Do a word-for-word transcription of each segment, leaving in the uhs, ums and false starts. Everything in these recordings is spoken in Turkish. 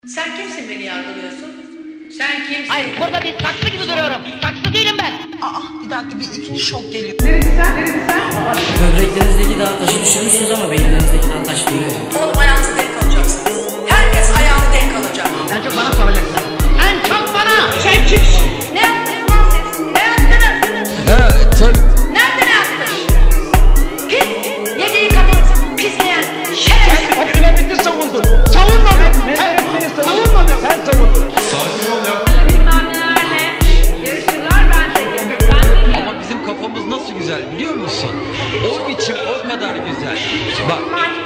Sen kimsin beni yargılıyorsun? Sen kimsin? Hayır, burada bir saksı gibi duruyorum. Saksı değilim ben. Aa, bir dakika, bir ikinci şok geliyor. Neresi sen? Neresi sen? Böbreklerinizdeki daha taşı düşürmüşsünüz ama beyinlerinizdeki daha taş değil. Oğlum ayağınızı denk alacaksınız. Herkes ayağını denk alacak. En çok bana soracaksın. En çok bana. Sen kimsin? Ne yaptınız lan siz? Ne yaptınız? Evet, tabii. Nerede ne yaptın? Pis! Yediği kadın pisleyen şerefsiz! O kıyafeti savundun. Savunmadın. Sen savunmadın. Sen savundun. Bilmem nelerle yarışırlar ben de görürüm. Ama bizim kafamız nasıl güzel biliyor musun? O biçim o kadar güzel. Bak.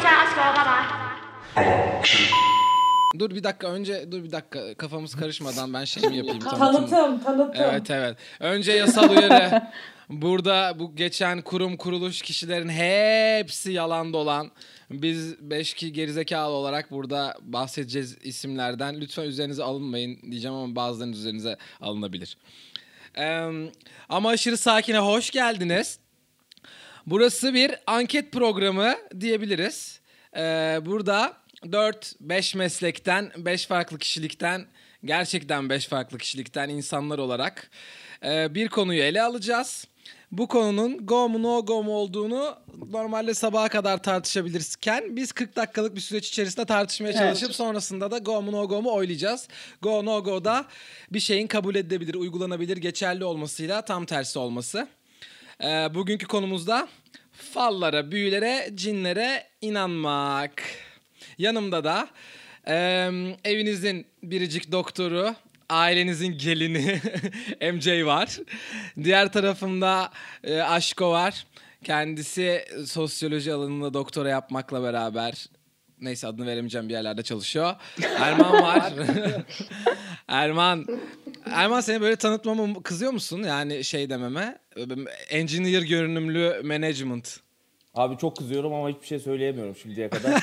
Dur bir dakika önce dur bir dakika kafamız karışmadan ben şey mi yapayım? Tanıtım, tanıtım. Evet evet. Önce yasal uyarı. Burada bu geçen kurum kuruluş kişilerin hepsi yalan dolan. Biz beş ki gerizekalı olarak burada bahsedeceğiz isimlerden. Lütfen üzerinize alınmayın diyeceğim ama bazılarınız üzerinize alınabilir. Ee, ama aşırı sakine hoş geldiniz. Burası bir anket programı diyebiliriz. Ee, burada dört beş meslekten, beş farklı kişilikten, gerçekten beş farklı kişilikten insanlar olarak e, bir konuyu ele alacağız. Bu konunun go mu no go mu olduğunu normalde sabaha kadar tartışabilirken biz kırk dakikalık bir süreç içerisinde tartışmaya çalışıp Evet. sonrasında da go mu no go mu oylayacağız. Go no go da bir şeyin kabul edilebilir, uygulanabilir, geçerli olmasıyla tam tersi olması. Ee, bugünkü konumuzda fallara, büyülere, cinlere inanmak. Yanımda da e, evinizin biricik doktoru, ailenizin gelini M J var. Diğer tarafımda e, Aşko var. Kendisi sosyoloji alanında doktora yapmakla beraber, neyse adını veremeyeceğim, bir yerlerde çalışıyor. Erman var. Erman. Erman seni böyle tanıtmama kızıyor musun? Yani şey dememe. Engineer görünümlü management. Abi çok kızıyorum ama hiçbir şey söyleyemiyorum şimdiye kadar.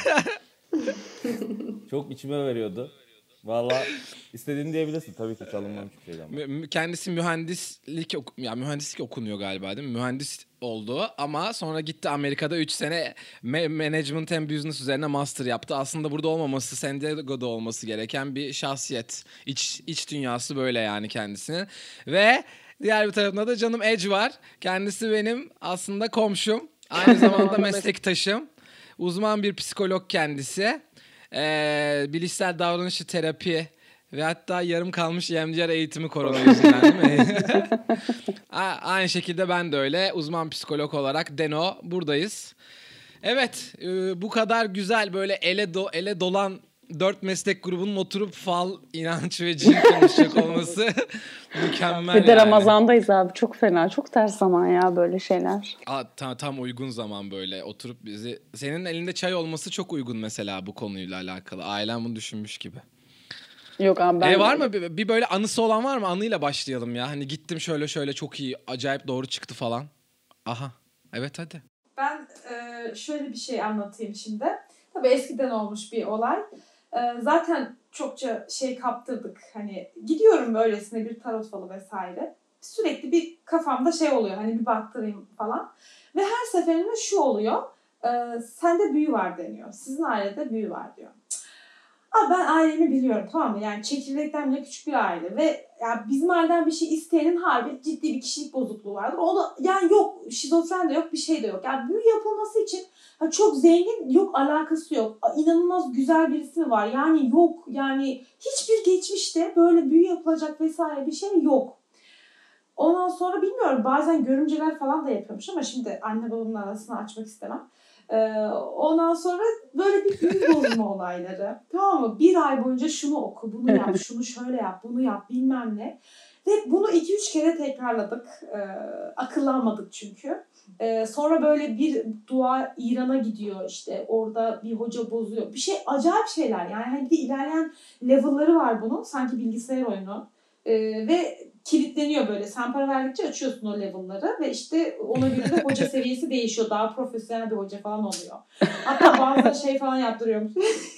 Çok içime veriyordu. Vallahi istediğini diyebilirsin tabii ki, çalınmam hiçbir şeyden. Mü- Kendisi mühendislik ok- ya mühendislik okunuyor galiba değil mi? Mühendis oldu ama sonra gitti Amerika'da üç sene me- management and business üzerine master yaptı. Aslında burada olmaması, San Diego'da olması gereken bir şahsiyet. İç iç dünyası böyle yani kendisinin. Ve diğer bir tarafında da canım Edge var. Kendisi benim aslında komşum. Aynı zamanda meslektaşım. Uzman bir psikolog kendisi. Ee, bilişsel davranışı terapi ve hatta yarım kalmış E M D R eğitimi korona yüzünden değil mi? A- Aynı şekilde ben de öyle uzman psikolog olarak Deno buradayız. Evet, e, bu kadar güzel böyle ele do- ele dolan dört meslek grubunun oturup fal, inanç ve cin konuşacak olması mükemmel. Bir de yani. Ramazan'dayız abi. Çok fena. Çok ters zaman ya böyle şeyler. Aa, tam, tam uygun zaman böyle oturup bizi... Senin elinde çay olması çok uygun mesela bu konuyla alakalı. Ailem bunu düşünmüş gibi. Yok abi ben... E var mı bir, bir böyle anısı olan var mı? Anıyla başlayalım ya. Hani gittim şöyle şöyle çok iyi, acayip doğru çıktı falan. Aha. Evet hadi. Ben e, şöyle bir şey anlatayım şimdi. Tabii eskiden olmuş bir olay. E, zaten çokça şey kaptırdık. Hani gidiyorum böylesine bir tarot falı vesaire. Sürekli bir kafamda şey oluyor. Hani bir baktırayım falan. Ve her seferinde şu oluyor. E, sende büyü var deniyor. Sizin ailede büyü var diyor. Abi ben ailemi biliyorum, tamam mı? Yani çekirdekten bile küçük bir aile ve ya bizim aileden bir şey isteyenin harbi ciddi bir kişilik bozukluğu vardır. O da yani yok, şizofren de yok, bir şey de yok. Yani büyü yapılması için ha, çok zengin, yok alakası yok. İnanılmaz güzel birisi mi var? Yani yok, yani hiçbir geçmişte böyle büyü yapılacak vesaire bir şey yok. Ondan sonra bilmiyorum, bazen görümceler falan da yapıyormuş ama şimdi anne babamın arasını açmak istemem. Ee, ondan sonra böyle bir büyü bozma olayları. Tamam mı? Bir ay boyunca şunu oku, bunu yap, şunu şöyle yap, bunu yap, bilmem ne. Ve bunu iki üç kere tekrarladık. Ee, akıllanmadık çünkü. Ee, sonra böyle bir dua İran'a gidiyor, işte orada bir hoca bozuyor. Bir şey, acayip şeyler yani. Hani bir de ilerleyen level'ları var bunun. Sanki bilgisayar oyunu. Ee, ve kilitleniyor böyle. Sen para verdikçe açıyorsun o level'ları ve işte ona göre de hoca seviyesi değişiyor. Daha profesyonel bir hoca falan oluyor. Hatta bazıları şey falan yaptırıyormuş.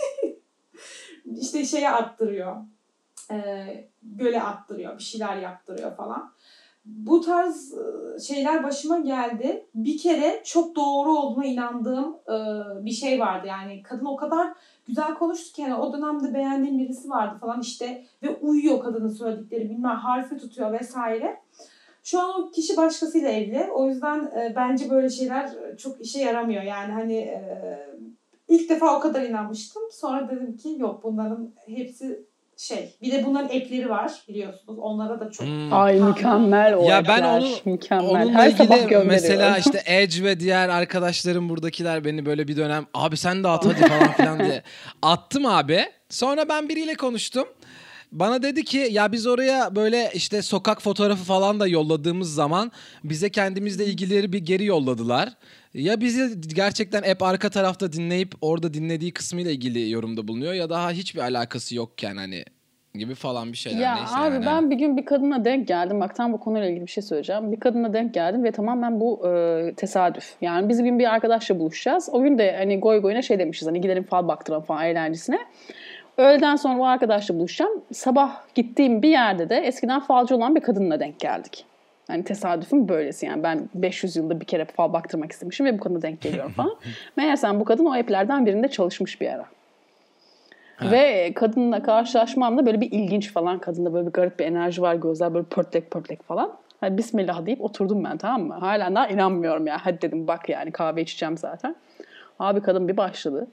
işte şeye attırıyor. Ee, göle attırıyor. Bir şeyler yaptırıyor falan. Bu tarz şeyler başıma geldi. Bir kere çok doğru olduğuna inandığım bir şey vardı. Yani kadın o kadar güzel konuştuk yani o dönemde beğendiğim birisi vardı falan işte ve uyuyor kadının söyledikleri bilmem harfi tutuyor vesaire. Şu an o kişi başkasıyla evli. O yüzden e, bence böyle şeyler çok işe yaramıyor. Yani hani e, ilk defa o kadar inanmıştım. Sonra dedim ki yok bunların hepsi şey. Bir de bunların app'leri var biliyorsunuz. Onlara da çok... Hmm. Ay mükemmel o Ya ben app'ler. onu Mükemmel. onunla Her sabah ilgili gönderiyorum. mesela işte Edge ve diğer arkadaşlarım buradakiler beni böyle bir dönem abi sen de at hadi falan filan diye attım abi. Sonra ben biriyle konuştum. Bana dedi ki ya biz oraya böyle işte sokak fotoğrafı falan da yolladığımız zaman bize kendimizle ilgili bir geri yolladılar. Ya bizi gerçekten hep arka tarafta dinleyip orada dinlediği kısmıyla ilgili yorumda bulunuyor ya daha hiçbir alakası yokken hani gibi falan bir şeyler. Ya neyse abi yani. ben bir gün bir kadına denk geldim. Bak tam bu konuyla ilgili bir şey söyleyeceğim. Bir kadına denk geldim ve tamamen bu e, tesadüf. Yani biz bir gün bir arkadaşla buluşacağız. O gün de hani goy goyuna şey demişiz. Hani gidelim fal baktıralım falan eğlencesine. Öğleden sonra o arkadaşla buluşacağım. Sabah gittiğim bir yerde de eskiden falcı olan bir kadınla denk geldik. Yani tesadüfün böylesi yani. Ben beş yüz yılda bir kere fal baktırmak istemişim ve bu kadına denk geliyorum falan. Meğersem bu kadın o app'lerden birinde çalışmış bir ara. Ha. Ve kadınla karşılaşmam da böyle bir ilginç falan. Kadında böyle bir garip bir enerji var. Gözler böyle pörtlek pörtlek falan. Hani Bismillah deyip oturdum ben, tamam mı? Halen daha inanmıyorum ya. Hadi dedim bak yani kahve içeceğim zaten. Abi kadın bir başladı.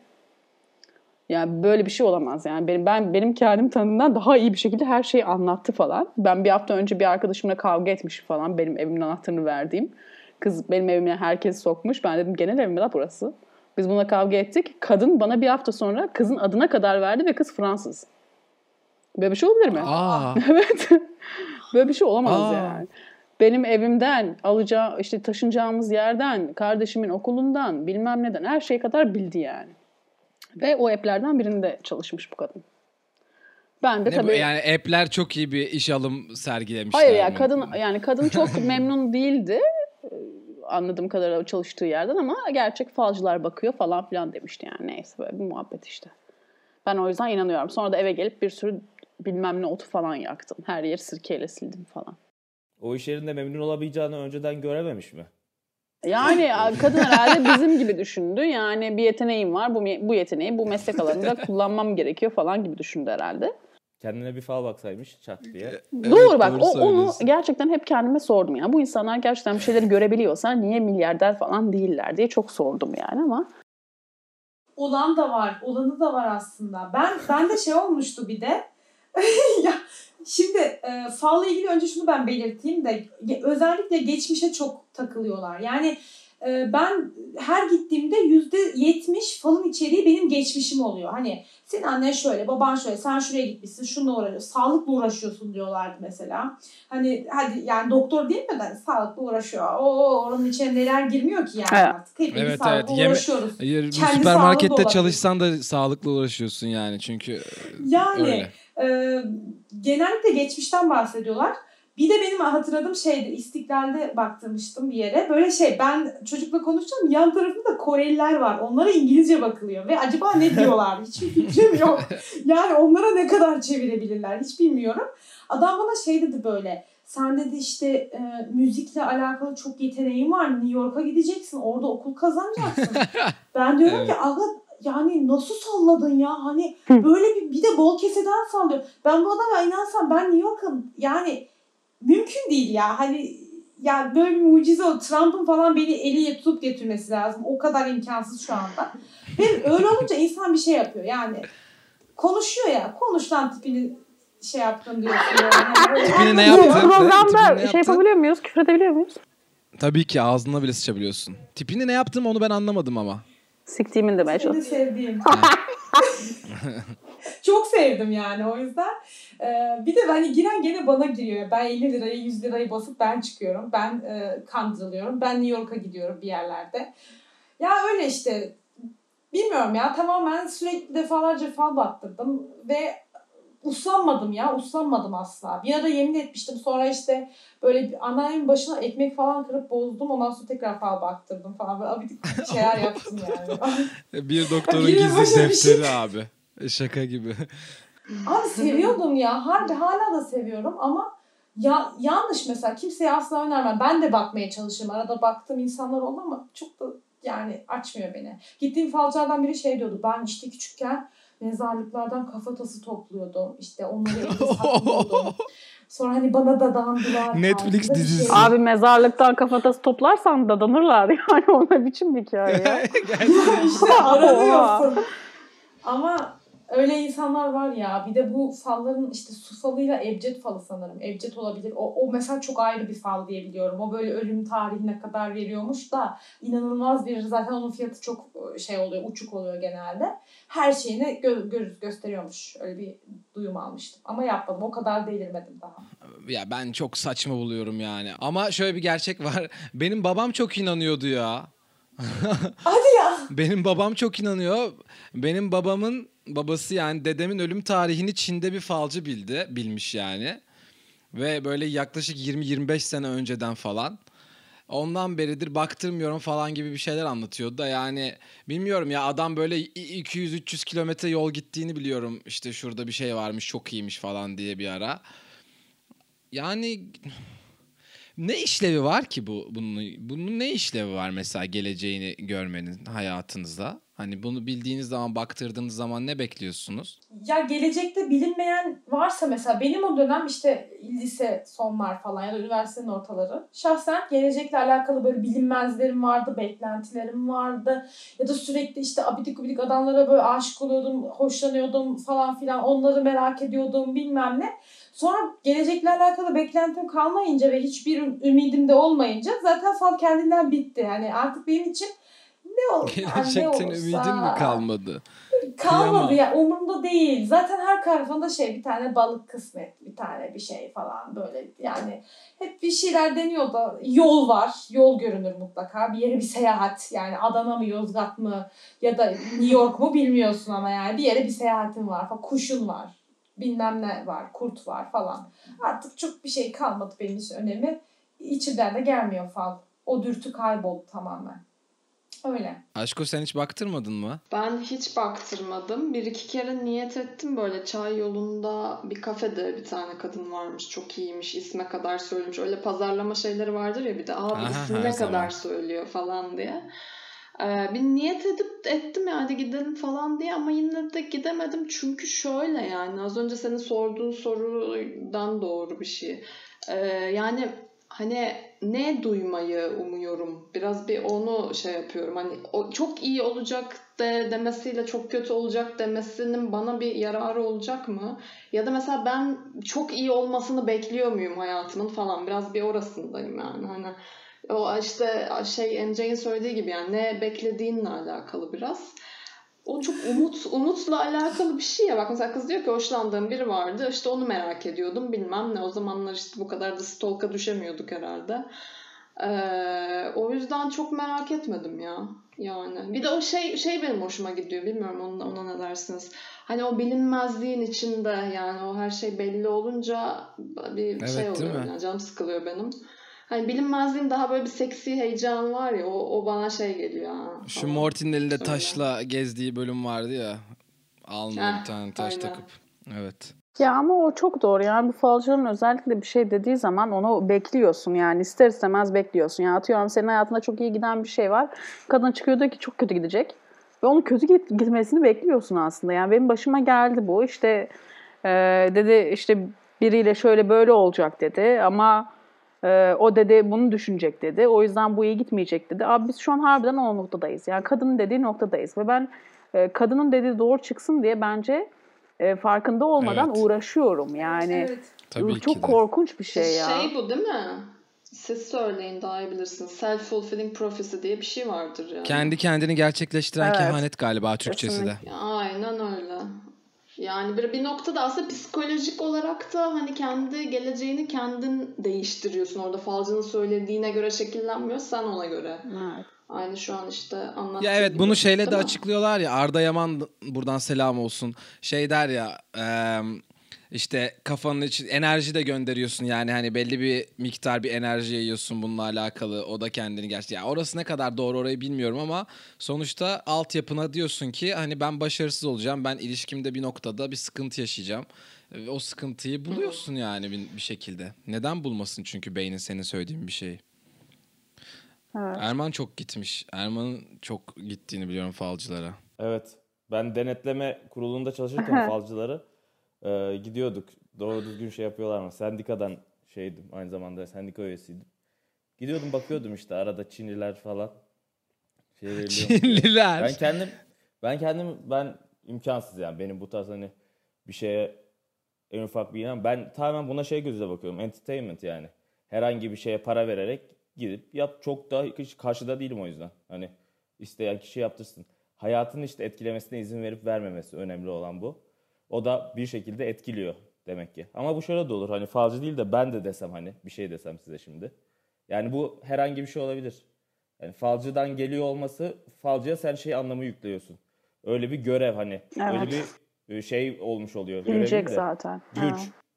Yani böyle bir şey olamaz yani. Benim ben benim kendim tanıdığımdan daha iyi bir şekilde her şeyi anlattı falan. Ben bir hafta önce bir arkadaşımla kavga etmişim falan. Benim evimin anahtarını verdiğim. Kız benim evime herkes sokmuş. Ben dedim genel evim mi la burası? Biz bununla kavga ettik. Kadın bana bir hafta sonra kızın adına kadar verdi ve kız Fransız. Böyle bir şey olabilir mi? Aa. Evet. Böyle bir şey olamaz Aa. yani. Benim evimden, alacağı işte taşınacağımız yerden, kardeşimin okulundan, bilmem neden her şeye kadar bildi yani. Ve o app'lerden birinde çalışmış bu kadın. Ben de Ne tabii... bu, yani app'ler çok iyi bir iş alım sergilemişler. Hayır ya mi? kadın yani kadın çok memnun değildi. Anladığım kadarıyla çalıştığı yerden ama gerçek falcılar bakıyor falan filan demişti yani. Neyse böyle bir muhabbet işte. Ben o yüzden inanıyorum. Sonra da eve gelip bir sürü bilmem ne otu falan yaktım. Her yeri sirkeyle sildim falan. O iş yerinde memnun olamayacağını önceden görememiş mi? Yani kadın herhalde bizim gibi düşündü. Yani bir yeteneğim var. Bu, bu yeteneği bu meslek alanında kullanmam gerekiyor falan gibi düşündü herhalde. Kendine bir fal baksaymış çat diye. Evet, doğru bak doğru o, onu söylüyorsun. gerçekten hep kendime sordum. Yani bu insanlar gerçekten bir şeyleri görebiliyorsa niye milyarder falan değiller diye çok sordum yani ama. Olan da var. Olanı da var aslında. Ben ben de şey olmuştu bir de. ya şimdi e, falla ilgili önce şunu ben belirteyim de özellikle geçmişe çok takılıyorlar. Yani e, ben her gittiğimde yüzde yetmiş falın içeriği benim geçmişim oluyor. Hani senin annen şöyle, baban şöyle, sen şuraya gitmişsin, şununla uğraşıyorsun, sağlıkla uğraşıyorsun diyorlardı mesela. Hani hadi yani doktor değil mi de sağlıkla uğraşıyor. Oo oranın içine neler girmiyor ki yani Evet. artık. Hepimiz Evet sağlıkla evet. uğraşıyoruz. Hayır, bir Kendi süpermarkette sağlığı da çalışsan da sağlıkla uğraşıyorsun yani çünkü Yani öyle. e, genellikle geçmişten bahsediyorlar. Bir de benim hatırladığım şeydi, İstiklal'de baktırmıştım bir yere. Böyle şey, ben çocukla konuşacağım, yan tarafında Koreliler var. Onlara İngilizce bakılıyor ve acaba ne diyorlar? Hiçbir fikrim yok. Yani onlara ne kadar çevirebilirler hiç bilmiyorum. Adam bana şey dedi böyle, sen dedi işte e, müzikle alakalı çok yeteneğin var. New York'a gideceksin, orada okul kazanacaksın. Ben diyorum Evet. ki aga yani nasıl salladın ya? Hani böyle bir, bir de bol keseden sallıyor. Ben bu adama inansam ben New York'ın yani mümkün değil ya. Hani ya böyle bir mucize o. Trump'ın falan beni eliyle tutup getirmesi lazım. O kadar imkansız şu anda. Ve öyle olunca insan bir şey yapıyor. Yani konuşuyor ya. Konuş lan tipini şey yaptın diyorsun. Yani. Tipini ne Bu yaptın? Tipini programda ne şey yaptın? yapabiliyor muyuz? Küfür edebiliyor muyuz? Tabii ki ağzına bile sıçabiliyorsun. Tipini ne yaptım onu ben anlamadım ama. Siktiğimin demeye Seni çalışıyorum. sevdiğim. Çok sevdim yani o yüzden. Ee, bir de hani giren gene bana giriyor. Ben elli lirayı yüz lirayı basıp ben çıkıyorum. Ben e, kandırılıyorum. Ben New York'a gidiyorum bir yerlerde. Ya öyle işte. Bilmiyorum ya, tamamen sürekli defalarca fal baktırdım ve uslanmadım ya. Uslanmadım asla. Bir ara yemin etmiştim. Sonra işte böyle bir anneannemin başına ekmek falan kırıp bozdum. Ondan sonra tekrar fal baktırdım falan. Böyle abidik şeyler yaptım yani. Bir doktorun Yine gizli başka bir defteri şey. abi. Şaka gibi. Abi seviyordum ya. Harbi hala da seviyorum ama ya, yanlış mesela. Kimseye asla önermem. Ben de bakmaya çalışırım. Arada baktığım insanlar oldu ama çok da yani açmıyor beni. Gittiğim falcılardan biri şey diyordu. Ben işte küçükken mezarlıklardan kafatası topluyordum. İşte onları evde saklıyordum. Sonra hani bana dadandılar. Netflix tarzında bir dizisi. şey. Abi mezarlıktan kafatası toplarsan dadanırlar yani ona biçim bir hikaye ya. İşte aranıyorsun. Ama öyle insanlar var ya. Bir de bu falların işte su falıyla ebced falı sanırım. Ebced olabilir. O, o mesela çok ayrı bir fal diye biliyorum. O böyle ölüm tarihine kadar veriyormuş da inanılmaz bir, zaten onun fiyatı çok şey oluyor, uçuk oluyor genelde. Her şeyini gö- gö- gösteriyormuş. Öyle bir duyum almıştım. Ama yapmadım. O kadar delirmedim daha. Ya ben çok saçma buluyorum yani. Ama şöyle bir gerçek var. Benim babam çok inanıyordu ya. Hadi ya. Benim babam çok inanıyor. Benim babamın babası yani dedemin ölüm tarihini Çin'de bir falcı bildi. Bilmiş yani. Ve böyle yaklaşık yirmi yirmi beş sene önceden falan. Ondan beridir baktırmıyorum falan gibi bir şeyler anlatıyordu da yani bilmiyorum ya, adam böyle iki yüz üç yüz kilometre yol gittiğini biliyorum. İşte şurada bir şey varmış çok iyiymiş falan diye bir ara. Yani ne işlevi var ki bu bunun bunun ne işlevi var mesela geleceğini görmenin hayatınızda? Hani bunu bildiğiniz zaman, baktırdığınız zaman ne bekliyorsunuz? Ya gelecekte bilinmeyen varsa mesela benim o dönem işte lise sonlar falan ya da üniversitenin ortaları. Şahsen gelecekle alakalı böyle bilinmezlerim vardı, beklentilerim vardı. Ya da sürekli işte abidik gubidik adamlara böyle aşık oluyordum, hoşlanıyordum falan filan. Onları merak ediyordum bilmem ne. Sonra gelecekle alakalı beklentim kalmayınca ve hiçbir ümidim de olmayınca zaten fal kendinden bitti. Yani artık benim için ne olur? Gerçekten yani ne ümidin mi kalmadı? Kalmadı Kıyamam. ya, umurumda değil. Zaten her karafonda şey bir tane balık kısmet, bir tane bir şey falan böyle yani hep bir şeyler deniyor da yol var. Yol görünür mutlaka. Bir yere bir seyahat yani Adana mı Yozgat mı ya da New York mu bilmiyorsun ama yani bir yere bir seyahatin var falan. Kuşun var. Bilmem ne var. Kurt var falan. Artık çok bir şey kalmadı benim için önemi. İçimden de gelmiyor fal. O dürtü kayboldu tamamen. Öyle. Aşko sen hiç baktırmadın mı? Ben hiç baktırmadım. Bir iki kere niyet ettim böyle çay yolunda bir kafede bir tane kadın varmış. Çok iyiymiş. İsme kadar söylemiş. Öyle pazarlama şeyleri vardır ya bir de. Aa bu Aha, ismi her ne zaman. kadar söylüyor falan diye. Ee, bir niyet edip ettim ya hadi gidelim falan diye ama yine de gidemedim. Çünkü şöyle yani az önce senin sorduğun sorudan doğru bir şey. Ee, yani hani ne duymayı umuyorum? Biraz bir onu şey yapıyorum. Hani o çok iyi olacak de demesiyle çok kötü olacak demesinin bana bir yararı olacak mı? Ya da mesela ben çok iyi olmasını bekliyor muyum hayatımın falan? Biraz bir orasındayım yani. Hani o işte şey M J'nin söylediği gibi yani ne beklediğinle alakalı biraz. O çok umut umutla alakalı bir şey ya. Bak mesela kız diyor ki hoşlandığım biri vardı. İşte onu merak ediyordum bilmem ne. O zamanlar işte bu kadar da stalk'a düşemiyorduk herhalde. Ee, o yüzden çok merak etmedim ya. Yani. Bir de o şey şey benim hoşuma gidiyor. Bilmiyorum ona, ona ne dersiniz. Hani o bilinmezliğin içinde yani o her şey belli olunca bir Evet, şey değil oluyor. mi? Yani canım sıkılıyor benim. Hani bilinmezliğin daha böyle bir seksi heyecan var ya o, o bana şey geliyor. Ha, Şu falan. Morty'nin elinde Söyle. taşla gezdiği bölüm vardı ya. Alnına Heh, bir tane taş aynen. takıp. Evet. Ya ama o çok doğru yani bu falcının özellikle bir şey dediği zaman onu bekliyorsun yani ister istemez bekliyorsun. Yani atıyorum senin hayatında çok iyi giden bir şey var. Kadın çıkıyor diyor ki çok kötü gidecek. Ve onun kötü git- gitmesini bekliyorsun aslında. Yani benim başıma geldi bu işte e, dedi işte biriyle şöyle böyle olacak dedi ama e, o dedi bunu düşünecek dedi. O yüzden bu iyi gitmeyecek dedi. Abi biz şu an harbiden o noktadayız. Yani kadının dediği noktadayız ve ben e, kadının dediği doğru çıksın diye bence e, farkında olmadan Evet. uğraşıyorum. Yani Evet. Tabii çok ki de. korkunç bir şey ya. Şey bu değil mi? Siz söyleyin daha iyi bilirsiniz. Self-fulfilling prophecy diye bir şey vardır yani. Kendi kendini gerçekleştiren Evet. kehanet galiba Türkçesi de. Kesinlikle. Ya, aynen öyle. Yani bir, bir noktada aslında psikolojik olarak da hani kendi geleceğini kendin değiştiriyorsun. Orada falcının söylediğine göre şekillenmiyor, sen ona göre. Evet. Aynı şu an işte anlattığım Ya evet gibi, bunu şeyle de değil mi? açıklıyorlar ya, Arda Yaman buradan selam olsun. Şey der ya eee, işte kafanın için enerji de gönderiyorsun yani hani belli bir miktar bir enerji yayıyorsun bununla alakalı. O da kendini gerçekten. Ya orası ne kadar doğru orayı bilmiyorum ama sonuçta altyapına diyorsun ki hani ben başarısız olacağım. Ben ilişkimde bir noktada bir sıkıntı yaşayacağım. Ve o sıkıntıyı buluyorsun yani bir, bir şekilde. Neden bulmasın çünkü beynin senin söylediğin bir şeyi. Evet. Erman çok gitmiş. Erman'ın çok gittiğini biliyorum falcılara. Evet. Ben denetleme kurulunda çalışırken falcıları e, gidiyorduk. Doğru düzgün şey yapıyorlar mı? Sendikadan şeydim. Aynı zamanda sendika üyesiydim. Gidiyordum bakıyordum işte arada Çinliler falan. Şey veriliyor. Çinliler. Ben kendim ben kendim ben imkansız yani benim bu tarz hani bir şeye en ufak bir inan. Ben tamamen buna şey gözüyle bakıyorum. Entertainment yani. Herhangi bir şeye para vererek gidip yap. Çok da hiç karşıda değilim o yüzden. Hani isteyen kişi yaptırsın. Hayatını işte etkilemesine izin verip vermemesi önemli olan bu. O da bir şekilde etkiliyor demek ki. Ama bu şöyle de olur. Hani falcı değil de ben de desem hani bir şey desem size şimdi. Yani bu herhangi bir şey olabilir. Yani falcıdan geliyor olması falcıya sen şey anlamı yüklüyorsun. Öyle bir görev hani. Evet. Öyle bir şey olmuş oluyor. Bilecek de. zaten. Güç. Ha.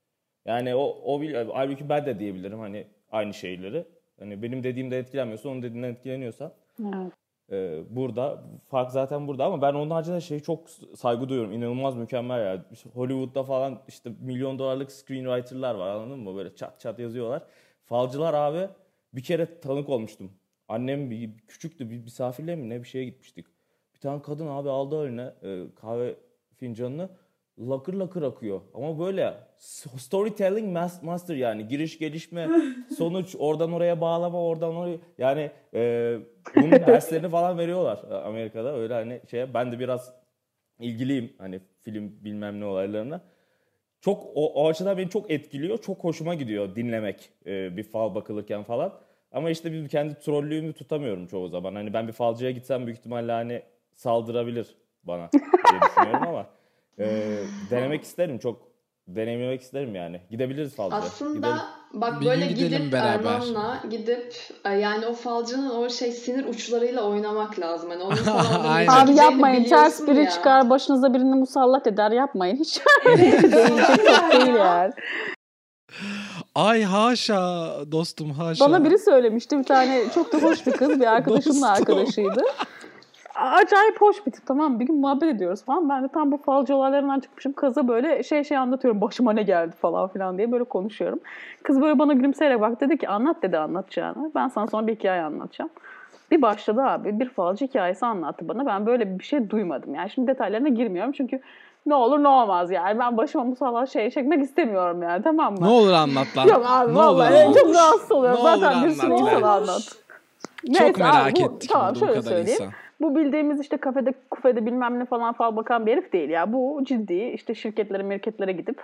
Yani o o halbuki ben de diyebilirim hani aynı şeyleri. Hani benim dediğimde etkilenmiyorsa onun dediğinden etkileniyorsa. Evet. E, burada fark zaten burada ama ben onun haricinde şey çok saygı duyuyorum. İnanılmaz mükemmel ya. İşte Hollywood'da falan işte milyon dolarlık screenwriter'lar var anladın mı? Böyle çat çat yazıyorlar. Falcılar abi bir kere tanık olmuştum. Annem bir, küçüktü bir misafirle mi ne bir şeye gitmiştik. Bir tane kadın abi aldı eline e, kahve fincanını lakır lakır akıyor. Ama böyle storytelling master yani giriş gelişme sonuç oradan oraya bağlama oradan oraya yani e, bunun derslerini falan veriyorlar Amerika'da öyle hani şey ben de biraz ilgiliyim hani film bilmem ne olaylarına. Çok o, o açıdan beni çok etkiliyor. Çok hoşuma gidiyor dinlemek e, bir fal bakılırken falan. Ama işte bir kendi trollüğümü tutamıyorum çoğu zaman. Hani ben bir falcıya gitsem büyük ihtimalle hani saldırabilir bana diye düşünüyorum ama e, denemek isterim. Çok deneyimlemek isterim yani. Gidebiliriz falcıya. Aslında Gidelim. bak Bir böyle gün gidelim gidip beraber. Erman'la gidip e, yani o falcının o şey sinir uçlarıyla oynamak lazım. Hani onun sana orada Aynen. ne Abi diyeceğini yapmayın. Ters biliyorsun biri ya. çıkar başınıza birini musallat eder. Yapmayın. Hiç değilecek çok değil yani. Ay haşa dostum haşa. Bana biri söylemişti. Bir tane çok da hoş bir kız. Bir arkadaşımla Dostum. arkadaşıydı. Acayip hoş bir tip, tamam mı? Bir gün muhabbet ediyoruz falan. Ben de tam bu falcı olaylarından çıkmışım. Kıza böyle şey şey anlatıyorum. Başıma ne geldi falan filan diye böyle konuşuyorum. Kız böyle bana gülümseyerek bak dedi ki anlat dedi anlatacağını. Ben sana sonra bir hikaye anlatacağım. Bir başladı abi. Bir falcı hikayesi anlattı bana. Ben böyle bir şey duymadım. Yani şimdi detaylarına girmiyorum çünkü ne olur ne olmaz yani. Ben başıma musallat şey çekmek istemiyorum yani, tamam mı? Ne olur anlat lan. Yok abi Ne vallahi olur çok anlat. rahatsız oluyorum. Ne Zaten olur bir sürü anlat insan lan. anlat. Çok Neyse merak abi, bu, ettik tamam burada bu şöyle kadar söyleyeyim. insan. Bu bildiğimiz işte kafede kufede bilmem ne falan fal bakan bir herif değil ya. Bu ciddi işte şirketlere mirketlere gidip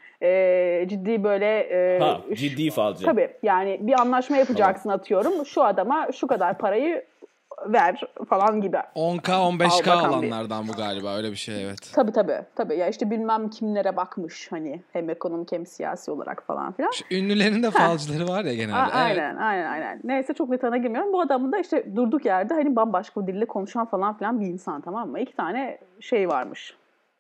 e, ciddi böyle e, Ha ciddi falcı. tabii yani bir anlaşma yapacaksın atıyorum. Şu adama şu kadar parayı ver falan gibi. on K on beş K Al bakan bir- alanlardan bu galiba öyle bir şey evet. Tabii tabii. Tabii ya işte bilmem kimlere bakmış hani hem ekonomik hem siyasi olarak falan filan. Şu ünlülerin de falcıları var ya genelde. A- Evet. aynen aynen aynen. Neyse çok detayına girmiyorum. Bu adamın da işte durduk yerde hani bambaşka bir dille konuşan falan filan bir insan, tamam mı? İki tane şey varmış.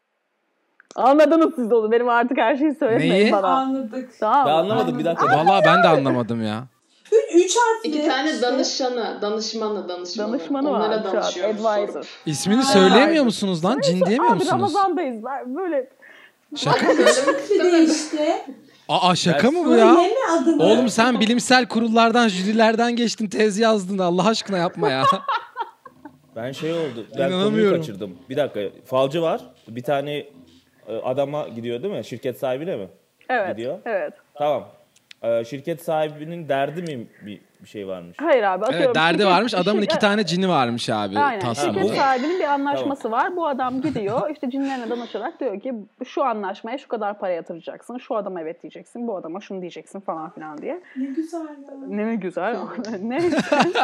Anladınız siz de onu. Benim artık her şeyi söylemeyin Neyi? bana. Anladık. Tamam Ben mı? anlamadım bir dakika. Vallahi ben de anlamadım ya. Üç, üç harfli. İki tane işte. danışanı, danışmanı, danışmanı. Danışmanı Onlara var şu an. danışıyoruz. Advisor. İsmini söyleyemiyor musunuz lan? Cin diyemiyor Abi musunuz? Ramazan'dayız. Ben böyle Şaka mı? Bir de işte. Aa şaka mı bu ya? Söyleme adını. Oğlum sen bilimsel kurullardan, jürilerden geçtin, tez yazdın. Allah aşkına yapma ya. Ben şey oldu. Ben konuyu İnanamıyorum. kaçırdım. Bir dakika. Falcı var. Bir tane e, adama gidiyor değil mi? Şirket sahibine mi? evet. Gidiyor. Evet. Tamam. Ee, şirket sahibinin derdi mi bir, bir şey varmış? Hayır abi atıyorum. Evet derdi şirket- varmış. Adamın iki şirket- tane cini varmış abi. Aynen. Tasmada. Şirket sahibinin bir anlaşması var. Bu adam gidiyor işte cinlerine danışarak diyor ki şu anlaşmaya şu kadar para yatıracaksın. Şu adama evet diyeceksin. Bu adama şunu diyeceksin falan filan diye. Ne güzel ya. Ne mi güzel. Neyse.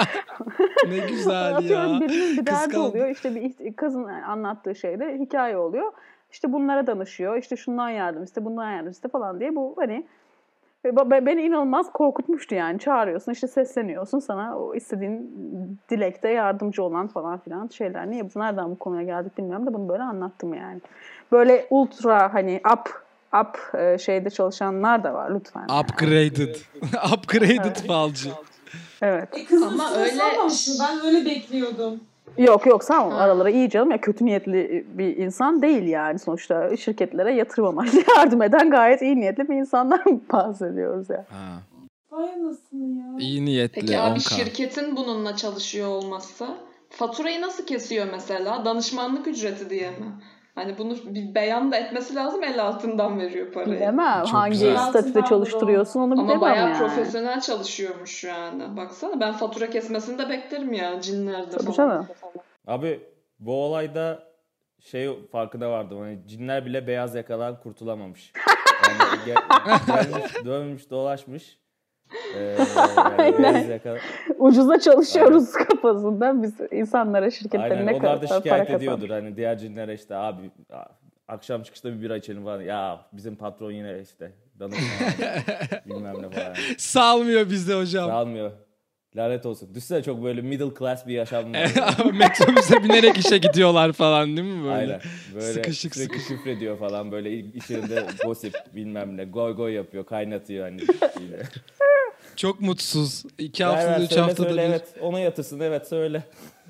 Ne güzel Atıyorum ya. birinin bir derdi Kıskandım. oluyor. İşte bir iht- kızın anlattığı şeyde hikaye oluyor. İşte bunlara danışıyor. İşte şundan yardım iste, bundan yardım iste falan diye bu hani Be- beni inanılmaz korkutmuştu yani. Çağırıyorsun işte sesleniyorsun sana o istediğin dilekte yardımcı olan falan filan şeyler. Niye bu nereden bu konuya geldik bilmiyorum da bunu böyle anlattım yani. Böyle ultra hani up up e, şeyde çalışanlar da var lütfen. yani. Upgraded. Upgraded falcı. Evet. E kızın Ama üstüne öyle- salmamış mı? Ben öyle bekliyordum. Yok yok sağ ol. Ha. Aralara iyi canım ya kötü niyetli bir insan değil yani. Sonuçta şirketlere yatırım amaçlı yardım eden gayet iyi niyetli bir insandan bahsediyoruz ya. Ha. Vay anasını ya. İyi niyetli Peki on abi K. şirketin bununla çalışıyor olması Faturayı nasıl kesiyor mesela? Danışmanlık ücreti diye mi? Hani bunu bir beyan da etmesi lazım, el altından veriyor parayı. Bilemem. Çok Hangi güzel. statüde çalıştırıyorsun onu bilemem Ama bayağı yani. profesyonel çalışıyormuş yani. Baksana ben fatura kesmesini de beklerim ya cinlerde Tabii falan. canım. Abi bu olayda şey farkına vardım. Hani cinler bile beyaz yakadan kurtulamamış. Yani ge- gelmiş, dönmüş, dolaşmış. Ee, yani beyaz yaka... Ucuza çalışıyoruz kafasından biz insanlara, şirketlerine Aynen, onlar da para şikayet kazan. ediyordur. Hani diğer cinlere işte abi akşam çıkışta bir bira içelim falan. Ya bizim patron yine işte danışman bilmem ne falan. Salmıyor bizde hocam. Almıyor. Lanet olsun. Düşünsene çok böyle middle class bir yaşam var. Metrobüse binerek işe gidiyorlar falan değil mi böyle? Aynen. Böyle Sıkışık sürekli sıkışık. şifrediyor falan. Böyle iş yerinde gossip bilmem ne. Goy goy yapıyor. Kaynatıyor hani. Yine. Çok mutsuz. İki Ver, ver, haftada, üç söyle, haftada söyle, bir. evet. Ona yatırsın. Evet söyle.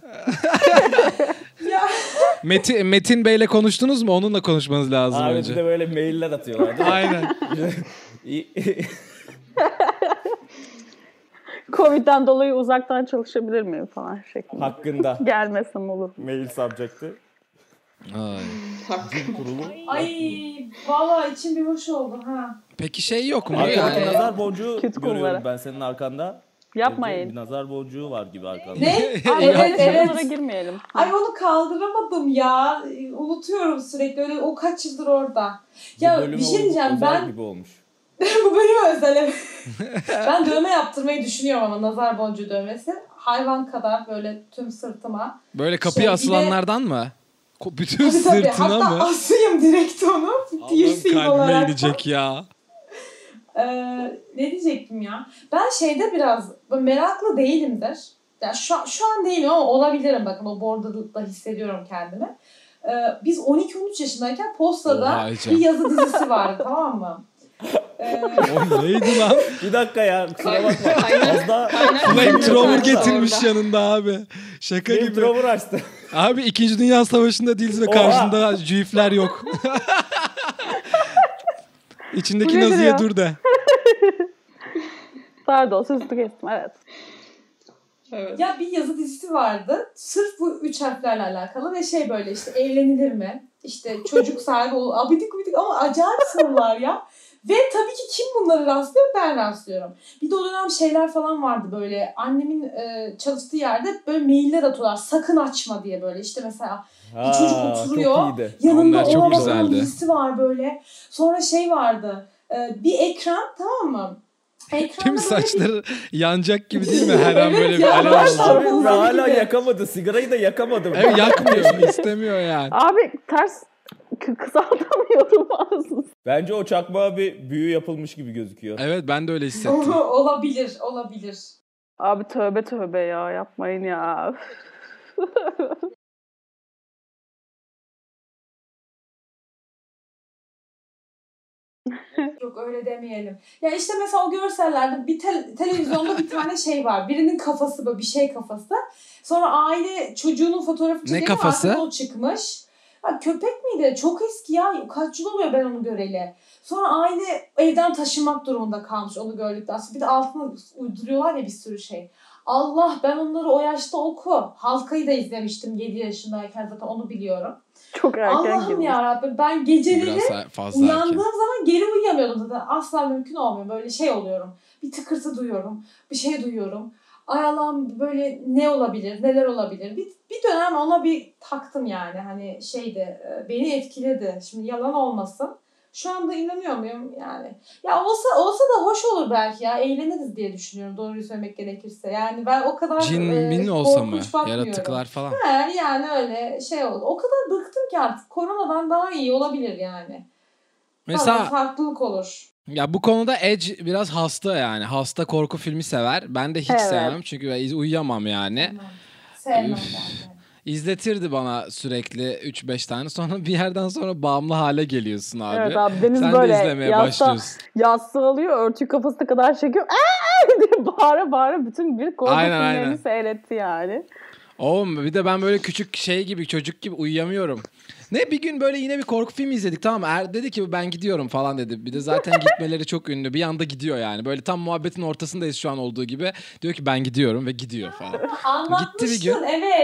Metin, Metin Bey'le konuştunuz mu? Onunla konuşmanız lazım Abi önce. bir de böyle mailler atıyorlar değil mi? Aynen. Covid'den dolayı uzaktan çalışabilir miyim falan şeklinde. Hakkında. Gelmesem olur. Mail subject'i. Ay. Cin kurulu. Ay vallahi içim bir hoş oldu ha. Peki şey yok mu? Arkadaki Yani? nazar boncuğu Kötü görüyorum konulara. ben senin arkanda. Yapmayın. Bir nazar boncuğu var gibi arkanda. Ne? Ay, Ya, evet evet. Konulara girmeyelim. Ay onu kaldıramadım ya. Unutuyorum sürekli. Öyle o kaç yıldır orada. Bu Ya bölüme bir şey diyeceğim özel ben gibi olmuş. bu bölüme özel evet. Ben dövme yaptırmayı düşünüyorum ama nazar boncuğu dövmesi. Hayvan kadar böyle tüm sırtıma. Böyle kapıya Şey, bir de- asılanlardan mı? Ko- Bütün Tabii tabii. sırtına Hatta mı? asayım direkt onu. Allah'ım Piercing kalbime olarak. inecek ya. Ee, ne diyecektim ya? Ben şeyde biraz meraklı değilimdir. Ya şu, şu an değilim ama olabilirim. Bakın o borderlıkta hissediyorum kendimi. Ee, biz on iki on üç yaşındayken Posta'da Oha Ecem. bir yazı dizisi vardı tamam mı? Ee, O neydi lan? Bir dakika ya kusura bakma. Az daha Flamethrower Orada. getirmiş yanında abi. Şaka gibi. Flamethrower açtı. Abi İkinci Dünya Savaşı'nda değiliz ve Oha. karşında Juifler yok. İçindeki Bu nedir Nazi'ye ya? dur de. Pardon sözünü kestim evet. Evet. ya bir yazı dizisi vardı. Sırf bu üç harflerle alakalı ve şey böyle işte evlenilir mi? İşte çocuk sahibi olur. Abidik gubidik ama acayip sorular ya. Ve tabii ki kim bunları rastlıyor? Ben rastlıyorum. Bir de o dönem şeyler falan vardı böyle. Annemin e, çalıştığı yerde böyle mailler atıyorlar. Sakın açma diye böyle. İşte mesela bir çocuk Ha, oturuyor. Çok iyiydi. Yanında Onlar çok ona bakan güzeldi. birisi var böyle. Sonra şey vardı. e, bir ekran tamam mı? Ekranda Tüm böyle saçları yanacak gibi değil mi? Her an Evet böyle bir ya, alev başlar alıyor. Abi Olmaz ve hala gibi. yakamadı. Sigarayı da yakamadı. Evet yakmıyor, istemiyor yani. Abi ters k- kısaltamıyorum aslında. Bence o çakmağa bir büyü yapılmış gibi gözüküyor. Evet ben de öyle hissettim. olabilir, olabilir. Abi tövbe tövbe ya yapmayın ya. Yok öyle demeyelim. Ya işte mesela o görsellerde bir te- televizyonda bir tane şey var. Birinin kafası böyle bir şey kafası. Sonra aile çocuğunun fotoğrafı çekiyor. kafası? Arkada o çıkmış. Ha, köpek miydi? Çok eski ya. Kaç yıl oluyor ben onu göreli. Sonra aile evden taşınmak durumunda kalmış onu gördükten sonra. Bir de altına uyduruyorlar ya bir sürü şey. Allah ben onları o yaşta oku. Halkayı da izlemiştim yedi yaşındayken zaten onu biliyorum. Çok erken Allah'ım girmiş. yarabbim ben geceleri Biraz fazla uyandığım erken. zaman geri uyuyamıyordum zaten. Asla mümkün olmuyor. Böyle şey oluyorum. Bir tıkırtı duyuyorum. Bir şey duyuyorum. Ay Allah'ım böyle ne olabilir? Neler olabilir? Bir, bir dönem ona bir taktım yani. Hani şeydi beni etkiledi. Şimdi yalan olmasın. Şu anda inanıyor muyum yani? Ya olsa olsa da hoş olur belki ya. Eğleniriz diye düşünüyorum doğruyu söylemek gerekirse. Yani ben o kadar Cin e, min olsa mı? korkunç bakmıyorum. Yaratıklar falan. Ha, yani öyle şey oldu. O kadar bıktım ki artık. Koronadan daha iyi olabilir yani. Mesela Tamam, farklılık olur. ya bu konuda Edge biraz hasta yani. Hasta korku filmi sever. Ben de hiç Evet. sevmem çünkü ben uyuyamam yani. Sevmem Üf. ben de. İzletirdi bana sürekli üç beş tane. Sonra bir yerden sonra bağımlı hale geliyorsun abi. Evet abi Deniz Sen böyle de izlemeye yasta, başlıyorsun. yassı alıyor örtüyü kafasına kadar çekiyor. Aa! diye bağıra bağıra bütün bir korku Aynen, filmlerini aynen. seyretti yani. Oğlum bir de ben böyle küçük şey gibi çocuk gibi uyuyamıyorum. Ne bir gün böyle yine bir korku filmi izledik tamam mı? Er dedi ki ben gidiyorum falan dedi. Bir de zaten gitmeleri çok ünlü. Bir anda gidiyor yani. Böyle tam muhabbetin ortasındayız şu an olduğu gibi. Diyor ki ben gidiyorum ve gidiyor falan. Anlatmıştın Gitti bir gün. evet.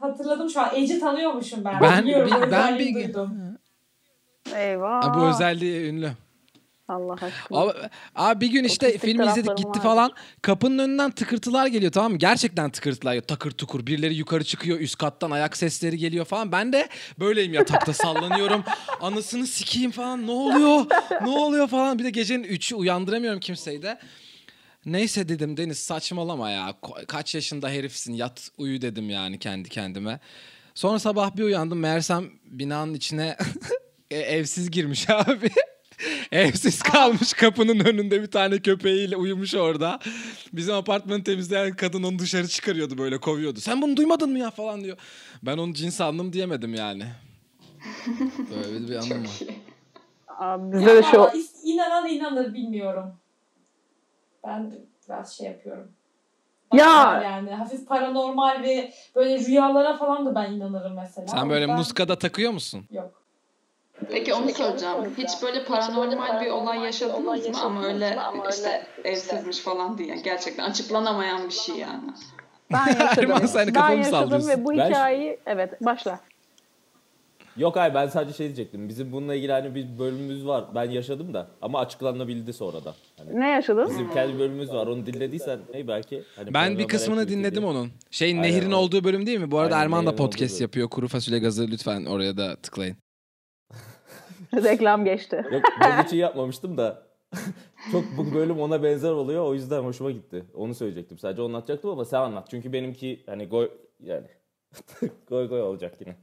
Hatırladım şu an. Ece tanıyormuşum ben. Ben- Biliyorum, bir- o yüzden ben bir- duydum. Eyvah. Ha, bu özelliği ünlü. Allah aşkına. Abi, abi bir gün işte Otistik film izledik taraflarım gitti vardır. falan. Kapının önünden tıkırtılar geliyor, tamam mı? Gerçekten tıkırtılar. Takır tukur. Birileri yukarı çıkıyor. Üst kattan ayak sesleri geliyor falan. Ben de böyleyim, yatakta sallanıyorum. Anasını sikeyim falan. Ne oluyor? Ne oluyor falan. Bir de gecenin üçü uyandıramıyorum kimseyi de. Neyse dedim Deniz, saçmalama ya. Ko- Kaç yaşında herifsin, yat uyu dedim yani kendi kendime. Sonra sabah bir uyandım. Meğersem binanın içine e, evsiz girmiş abi. Evsiz kalmış, kapının önünde bir tane köpeğiyle uyumuş orada. Bizim apartmanı temizleyen kadın onu dışarı çıkarıyordu, böyle kovuyordu. Sen bunu duymadın mı ya falan diyor. Ben onu cins sandım diyemedim yani. Böyle bir anım var. Abi bizde de şu Valla is- inanan inanır, bilmiyorum. Ben biraz şey yapıyorum. Ya! Bakar yani hafif paranormal ve böyle rüyalara falan da ben inanırım mesela. Sen O böyle yüzden- muskada takıyor musun? Yok. Peki onu soracağım. Hiç böyle paranormal bir olay yaşadınız mı? Ama öyle işte evsizmiş falan diye. Gerçekten açıklanamayan bir şey yani. ben yaşadım. Erman, sen de ben kafamı yaşadım sallıyorsun. ve bu Ben- hikayeyi evet başla. Yok hayır, ben sadece şey diyecektim. Bizim bununla ilgili hani bir bölümümüz var. Ben yaşadım da ama açıklanabildi sonradan. Hani Ne yaşadın? bizim kendi bölümümüz var. Onu dinlediysen hey belki. Hani Ben bir Paranormal kısmını Activity dinledim diye. onun. Şeyin Aynen, nehrin o- olduğu bölüm değil mi? Bu arada Aynen, Erman da nehrin olduğu podcast bölüm. yapıyor. Kuru fasulye gazı, lütfen oraya da tıklayın. Reklam geçti. Yok, bunun için yapmamıştım da. Çok bu bölüm ona benzer oluyor. O yüzden hoşuma gitti. Onu söyleyecektim. Sadece onu anlatacaktım ama sen anlat. Çünkü benimki hani goy yani goy goy olacak yine.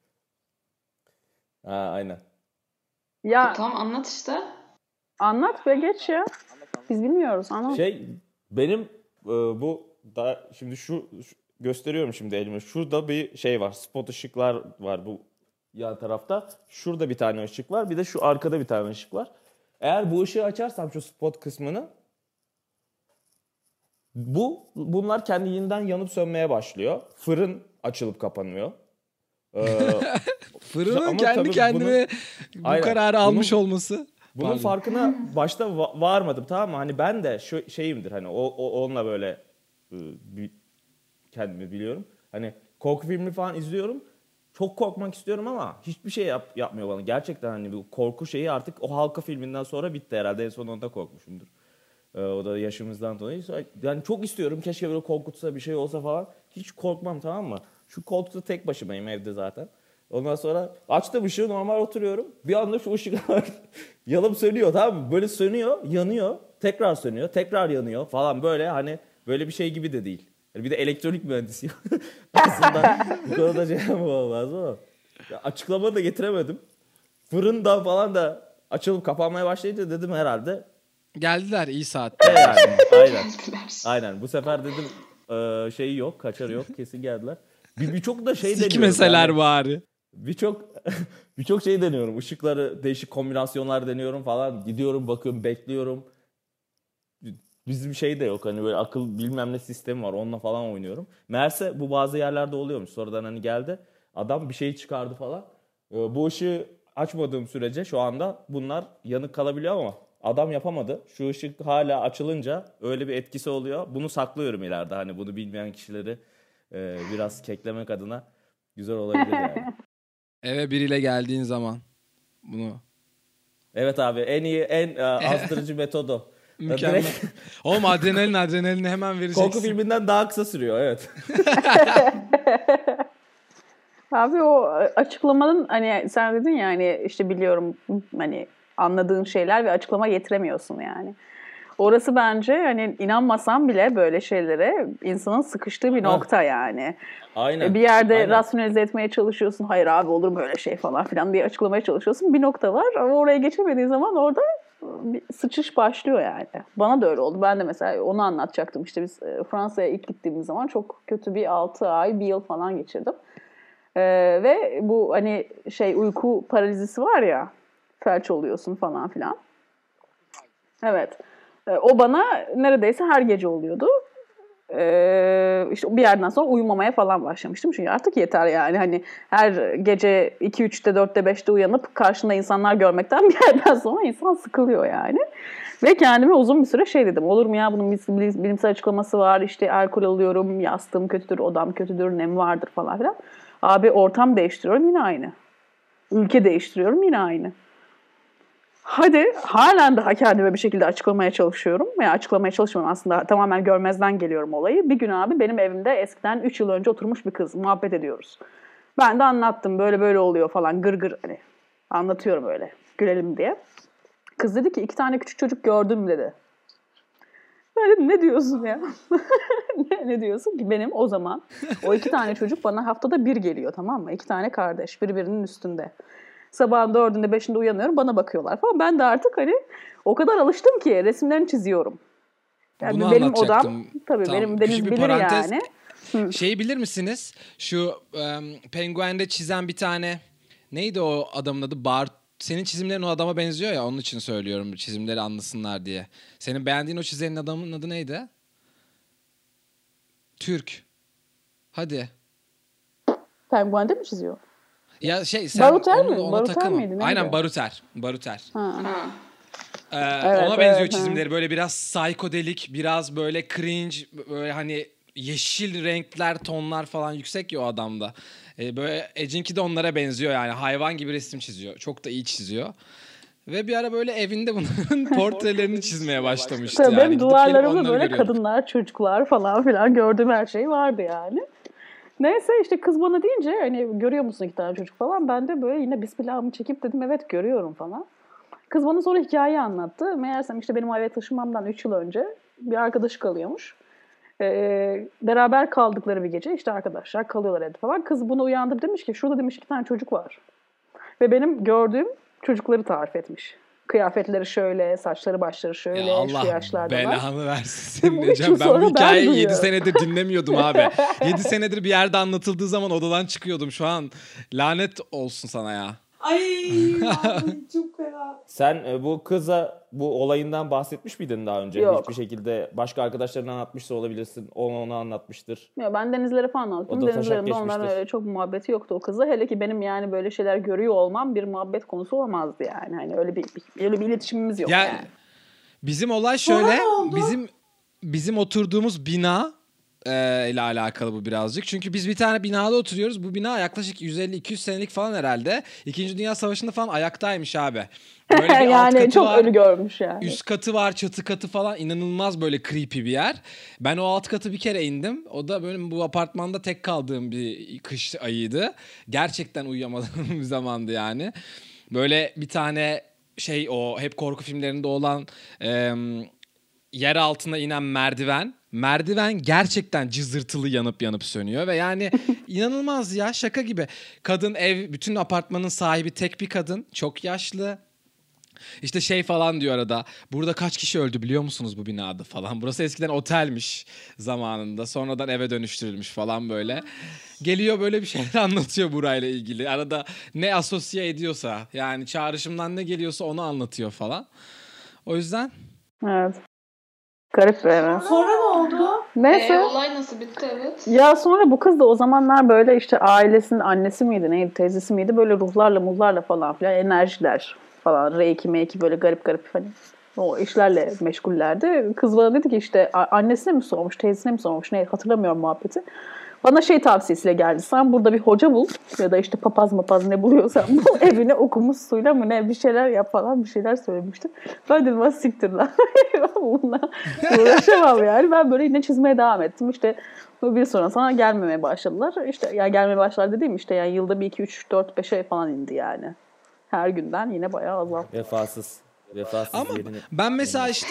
Ha aynen. Ya Tamam anlat işte. anlat ve geç ya. Biz bilmiyoruz, anlat. Şey benim e, bu da şimdi şu, şu- gösteriyorum şimdi elime. Şurada bir şey var. Spot ışıklar var bu yan tarafta. Şurada bir tane ışık var. Bir de şu arkada bir tane ışık var. Eğer bu ışığı açarsam şu spot kısmını, bu bunlar kendiliğinden yanıp sönmeye başlıyor. Fırın açılıp kapanıyor. Ee, Fırının Ama kendi tabii kendine bu Aynen. kararı almış Bunun- olması. Bunun Pardon. farkına başta va- varmadım, tamam mı? Hani ben de şu şeyimdir hani o, o onunla böyle e, bir, kendimi biliyorum. Hani korku filmi falan izliyorum. Çok korkmak istiyorum ama hiçbir şey yap, yapmıyor bana. Gerçekten hani bu korku şeyi artık o Halka filminden sonra bitti herhalde. En son onda korkmuşumdur. Ee, o da yaşımızdan dolayı. Yani çok istiyorum. Keşke böyle korkutsa, bir şey olsa falan. Hiç korkmam, tamam mı? Şu koltukta tek başımayım evde zaten. Ondan sonra açtım ışığı, normal oturuyorum. Bir anda şu ışıklar yanıp sönüyor, tamam mı? Böyle sönüyor, yanıyor, tekrar sönüyor, tekrar yanıyor falan, böyle hani böyle bir şey gibi de değil. Yani bir de elektronik mühendisiyim. Aslında bu konuda şey yapmam lazım ama. Ya açıklama da getiremedim. Fırında falan da açılıp kapanmaya başlayınca dedim herhalde. Geldiler iyi saatte. E yani, aynen. Aynen. Bu sefer dedim e, şeyi yok, kaçarı yok. Kesin geldiler. Bir birçok da şey deniyorum. Sikmeseler yani. bari. Birçok birçok şey deniyorum. Işıkları, değişik kombinasyonlar deniyorum falan. Gidiyorum, bakıyorum, bekliyorum. Bizim şey de yok. Hani böyle akıl bilmem ne sistemi var. Onunla falan oynuyorum. Meğerse bu bazı yerlerde oluyormuş. Sonradan hani geldi. Adam bir şey çıkardı falan. Ee, bu ışığı açmadığım sürece şu anda bunlar yanık kalabiliyor ama adam yapamadı. Şu ışık hala açılınca öyle bir etkisi oluyor. Bunu saklıyorum ileride. Hani bunu bilmeyen kişileri e, biraz keklemek adına güzel olabilir yani. Eve biriyle geldiğin zaman bunu. Evet abi, en iyi, en e, azdırıcı metodu. Mükemmel. Direkt Oğlum adrenalin adrenalini hemen vereceksin. korku filminden daha kısa sürüyor, evet. Abi o açıklamanın hani sen dedin ya hani işte biliyorum hani anladığın şeyler ve açıklama getiremiyorsun yani. Orası bence hani inanmasam bile böyle şeylere insanın sıkıştığı bir nokta yani. Aynen. Bir yerde aynen. rasyonelize etmeye çalışıyorsun. Hayır abi olur böyle şey falan filan diye açıklamaya çalışıyorsun. Bir nokta var ama oraya geçemediğin zaman orada bir sıçış başlıyor yani. Bana da öyle oldu. Ben de mesela onu anlatacaktım. İşte biz Fransa'ya ilk gittiğimiz zaman çok kötü bir altı ay, bir yıl falan geçirdim. Ee, ve bu hani şey uyku paralizisi var ya, felç oluyorsun falan filan. Evet. Ee, o bana neredeyse her gece oluyordu. Ee, işte bir yerden sonra uyumamaya falan başlamıştım. Çünkü artık yeter yani. Hani her gece iki üçte dörtte beşte uyanıp karşında insanlar görmekten bir yerden sonra insan sıkılıyor yani. Ve kendime uzun bir süre şey dedim. Olur mu ya, bunun bilimsel açıklaması var. İşte alkol alıyorum, yastığım kötüdür, odam kötüdür, nem vardır falan filan. Abi ortam değiştiriyorum, yine aynı. Ülke değiştiriyorum, yine aynı. Hadi halen daha kendime bir şekilde açıklamaya çalışıyorum. Veya açıklamaya çalışmıyorum aslında, tamamen görmezden geliyorum olayı. Bir gün abi benim evimde eskiden üç yıl önce oturmuş bir kız, muhabbet ediyoruz. Ben de anlattım, böyle böyle oluyor falan, gır gır hani anlatıyorum öyle, gülelim diye. Kız dedi ki iki tane küçük çocuk gördüm dedi. Ben dedim ne diyorsun ya? ne, ne diyorsun ki? Benim o zaman o iki tane çocuk bana haftada bir geliyor, tamam mı? İki tane kardeş birbirinin üstünde. Sabahın dördünde beşinde uyanıyorum, bana bakıyorlar falan. Ben de artık hani o kadar alıştım ki resimlerini çiziyorum. Yani Bunu benim anlatacaktım. odam tabii Tamam, benim küçük Deniz bir bilir parantez. yani. Hı. Şeyi bilir misiniz? Şu um, Penguen'de çizen bir tane, neydi o adamın adı? Bart. Senin çizimlerin o adama benziyor ya, onun için söylüyorum, çizimleri anlasınlar diye. Senin beğendiğin o çizenin adamın adı neydi? Türk. Hadi. Penguen'de mi çiziyor? Ya şey sen Baruter onu, mi? ona Baruter takılma. miydi? Neydi? Aynen Baruter. Baruter. Ha. Ha. Ee, Evet, ona benziyor evet, çizimleri. Böyle biraz psikodelik, biraz böyle cringe, böyle hani yeşil renkler, tonlar falan yüksek ya o adamda. Ee, böyle Ece'inki de onlara benziyor yani. Hayvan gibi resim çiziyor. Çok da iyi çiziyor. Ve bir ara böyle evinde bunların portrelerini çizmeye başlamıştı Tabii yani. benim Gidip gelip duvarlarımda onları böyle görüyorduk. kadınlar, çocuklar falan filan gördüğüm her şey vardı yani. Neyse işte kız bana deyince hani görüyor musun iki tane çocuk falan. Ben de böyle yine bismillahımı çekip dedim evet görüyorum falan. Kız bana sonra hikayeyi anlattı. Meğersem işte benim o eve taşınmamdan üç yıl önce bir arkadaşı kalıyormuş. Ee, beraber kaldıkları bir gece işte arkadaşlar kalıyorlar evde falan. Kız bunu uyandırıp demiş ki şurada demiş iki tane çocuk var. Ve benim gördüğüm çocukları tarif etmiş. Kıyafetleri şöyle, saçları başları şöyle, Ya Allah şu yaşlardalar. belanı versin senin Üç diyeceğim. yıl Ben bu sonra ben hikayeyi yedi duyuyorum. senedir dinlemiyordum abi. yedi senedir bir yerde anlatıldığı zaman odadan çıkıyordum. Şu an lanet olsun sana ya. Ay vallahi çok fena. Sen e, bu kıza bu olayından bahsetmiş miydin daha önce? Yok. Hiçbir şekilde başka arkadaşlarına anlatmışsa olabilirsin. Ona ona anlatmıştır. Ya ben Denizlere falan anlattım. O da taşak Denizlerin de geçmiştir. onların öyle çok muhabbeti yoktu o kızla. Hele ki benim yani böyle şeyler görüyor olmam bir muhabbet konusu olamazdı yani. Hani öyle bir, bir öyle bir iletişimimiz yok Ya, yani. bizim olay Sonra şöyle. ne oldu? Bizim bizim oturduğumuz bina e, ile alakalı bu birazcık. Çünkü biz bir tane binada oturuyoruz. Bu bina yaklaşık yüz elli iki yüz senelik falan herhalde. İkinci Dünya Savaşı'nda falan ayaktaymış abi. Böyle bir alt yani katı çok var. ölü görmüş yani. Üst katı var, çatı katı falan, inanılmaz böyle creepy bir yer. Ben o alt katı bir kere indim. O da benim bu apartmanda tek kaldığım bir kış ayıydı. Gerçekten uyuyamadığım bir zamandı yani. Böyle bir tane şey, o hep korku filmlerinde olan e, yer altına inen merdiven. Merdiven gerçekten cızırtılı yanıp yanıp sönüyor ve yani inanılmaz ya, şaka gibi. Kadın ev, bütün apartmanın sahibi tek bir kadın, çok yaşlı. İşte şey falan diyor arada. Burada kaç kişi öldü biliyor musunuz bu binada falan. Burası eskiden otelmiş zamanında. Sonradan eve dönüştürülmüş falan böyle. Geliyor böyle bir şeyler anlatıyor burayla ilgili. Arada ne asosiye ediyorsa, yani çağrışımdan ne geliyorsa onu anlatıyor falan. O yüzden Evet. Garip bir eve. Sonra ne oldu? Neyse. E, olay nasıl bitti evet. Ya sonra bu kız da o zamanlar böyle işte ailesinin annesi miydi neydi, teyzesi miydi, böyle ruhlarla muhlarla falan filan, enerjiler falan, reiki meiki, böyle garip garip hani o işlerle meşgullerdi. Kız bana dedi ki işte annesine mi sormuş, teyzesine mi sormuş, ne hatırlamıyorum muhabbeti. Bana şey tavsiyesiyle geldi. Sen burada bir hoca bul ya da işte papaz mapaz ne buluyorsan bul, evine okumuş suyla mı ne bir şeyler yap falan, bir şeyler söylemişti. Ben dedim ha siktir lan. Bununla uğraşamam yani. Ben böyle yine çizmeye devam ettim. İşte bir sonra sana gelmemeye başladılar. İşte yani gelmeye başlar dediğim işte yani yılda bir iki üç dört beş ay falan indi yani. Her günden yine bayağı azalttı. Vefasız. Vefasız ama yerini... ben mesela işte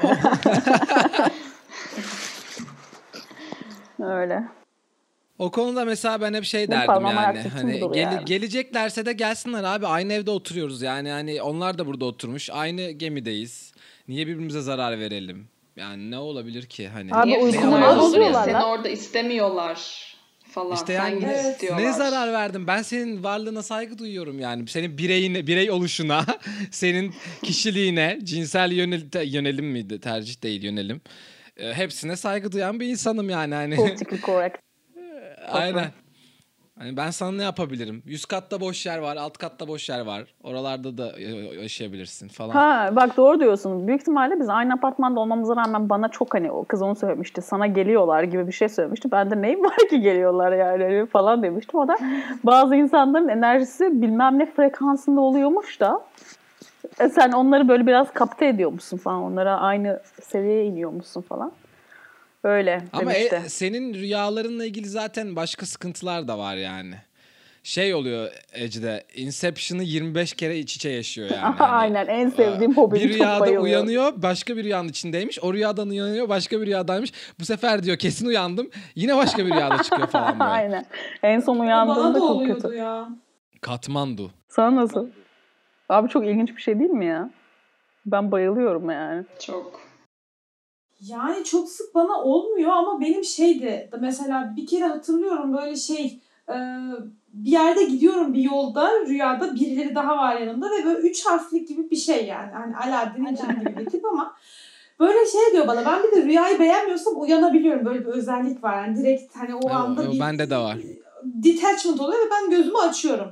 Öyle. o konuda mesela ben hep şey Benim derdim parmağım yani. ayakta Hani tutuyor gele- yani. geleceklerse de gelsinler abi. Aynı evde oturuyoruz yani. Hani onlar da burada oturmuş. Aynı gemideyiz. Niye birbirimize zarar verelim? Yani ne olabilir ki hani? Abi Niye uykumu uykumu yapalım? olur ya, bozuyorlar seni lan. orada istemiyorlar falan. İşte Sen yani git Evet. istiyorlar. ne zarar verdim? Ben senin varlığına saygı duyuyorum yani. Senin bireyine, birey oluşuna, senin kişiliğine, cinsel yönel, yönelim miydi? Tercih değil, yönelim. e, hepsine saygı duyan bir insanım yani. Hani. Politically correct. Aynen. Hani ben sana ne yapabilirim? Yüz katta boş yer var, alt katta boş yer var. Oralarda da yaşayabilirsin falan. Ha bak doğru diyorsun. Büyük ihtimalle biz aynı apartmanda olmamıza rağmen bana çok hani o kız onu söylemişti. Sana geliyorlar gibi bir şey söylemişti. Ben de neyim var ki geliyorlar yani falan demiştim. O da bazı insanların enerjisi bilmem ne frekansında oluyormuş da e sen onları böyle biraz kapte ediyormuşsun falan. Onlara aynı seviyeye iniyormuşsun falan. Öyle Ama demişti. e, senin rüyalarınla ilgili zaten başka sıkıntılar da var yani. Şey oluyor Ece'de, Inception'ı yirmi beş kere iç içe yaşıyor yani. Hani, Aynen en sevdiğim hobi. bir rüyada uyanıyor, başka bir rüyanın içindeymiş. O rüyadan uyanıyor, başka bir rüyadaymış. Bu sefer diyor kesin uyandım. Yine başka bir rüyada çıkıyor falan böyle. Aynen. En son uyandığımda çok kötü. Ya. Katmandu. Sana nasıl? Abi çok ilginç bir şey değil mi ya? Ben bayılıyorum yani. Çok. Yani çok sık bana olmuyor ama benim şeydi mesela bir kere hatırlıyorum böyle şey e, bir yerde gidiyorum bir yolda rüyada birileri daha var yanımda ve böyle üç harflik gibi bir şey yani. Hani Aladdin'in cin gibi bir tip ama böyle şey diyor bana ben bir de rüyayı beğenmiyorsam uyanabiliyorum. Böyle bir özellik var yani direkt hani o anda o, o bir bende de var. Detachment oluyor ve ben gözümü açıyorum.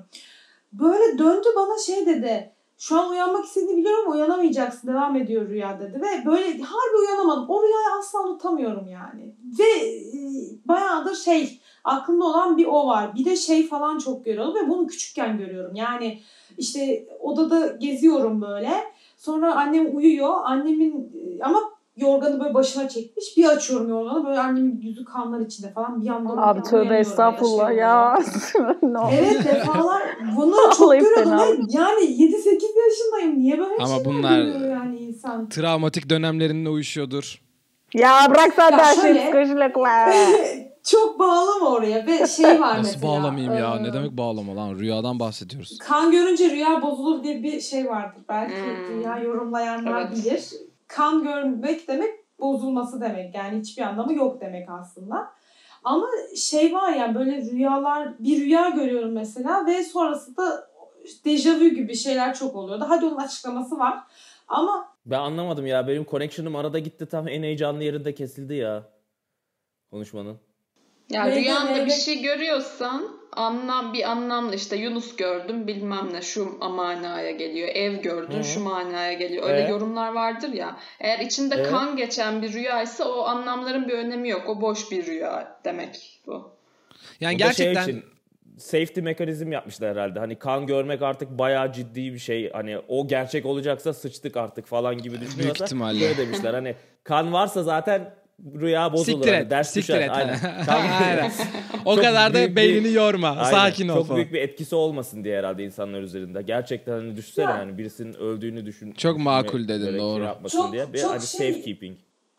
Böyle döndü bana şey dedi. Şu an uyanmak istediğini biliyorum ama uyanamayacaksın. Devam ediyor rüya dedi. Ve böyle harbi uyanamadım. O rüyayı asla unutamıyorum yani. Ve e, bayağıdır şey aklımda olan bir o var. Bir de şey falan çok görüyorum ve bunu küçükken görüyorum. Yani işte odada geziyorum böyle. Sonra annem uyuyor. Annemin ama yorganı böyle başına çekmiş. Bir açıyorum yorganı böyle annemin yüzü kanlar içinde falan. Bir anda abi tövbe estağfurullah ya. No. Evet defalar bunları çok görüyordum ve yani yedi sekiz yaşındayım. Niye böyle ama şeyler bunlar görüyor yani insan? Travmatik dönemlerinle uyuşuyordur. Ya bırak sen de her şöyle, şey psikolojikler. Çok bağlama oraya ve şey var Nasıl mesela. Nasıl bağlamayayım ya? E, ne demek bağlama lan? Rüyadan bahsediyoruz. Kan görünce rüya bozulur diye bir şey vardır. Belki hmm. dünya yorumlayanlar evet. bilir. Kan görmek demek bozulması demek. Yani hiçbir anlamı yok demek aslında. Ama şey var ya böyle rüyalar, bir rüya görüyorum mesela ve sonrasında dejavu gibi şeyler çok oluyordu. Hadi onun açıklaması var. Ama ben anlamadım ya. Benim connection'ım arada gitti. Tam en heyecanlı yerinde kesildi ya. Konuşmanın. Ya neydi, rüyanda neydi? Bir şey görüyorsan anlam bir anlamlı işte Yunus gördüm bilmem ne şu manaya geliyor. Ev gördün Hı-hı. şu manaya geliyor. Öyle ee? yorumlar vardır ya. Eğer içinde ee? kan geçen bir rüyaysa o anlamların bir önemi yok. O boş bir rüya demek bu. Yani bu gerçekten şey için, safety mekanizm yapmışlar herhalde. Hani kan görmek artık bayağı ciddi bir şey. Hani o gerçek olacaksa sıçtık artık falan gibi düşünüyorsa. Büyük ihtimalle. Böyle demişler. Hani kan varsa zaten rüya bozulur. Siktir et. Hani ders siktir düşer. et. Aynen. Aynen. O kadar da beynini bir, yorma. Aynen. Sakin ol. Çok falan. büyük bir etkisi olmasın diye herhalde insanlar üzerinde. Gerçekten hani düşünsene ya. Yani birisinin öldüğünü düşün. Çok makul dedin doğru. Çok, diye. Bir, çok hani şey, safekeeping.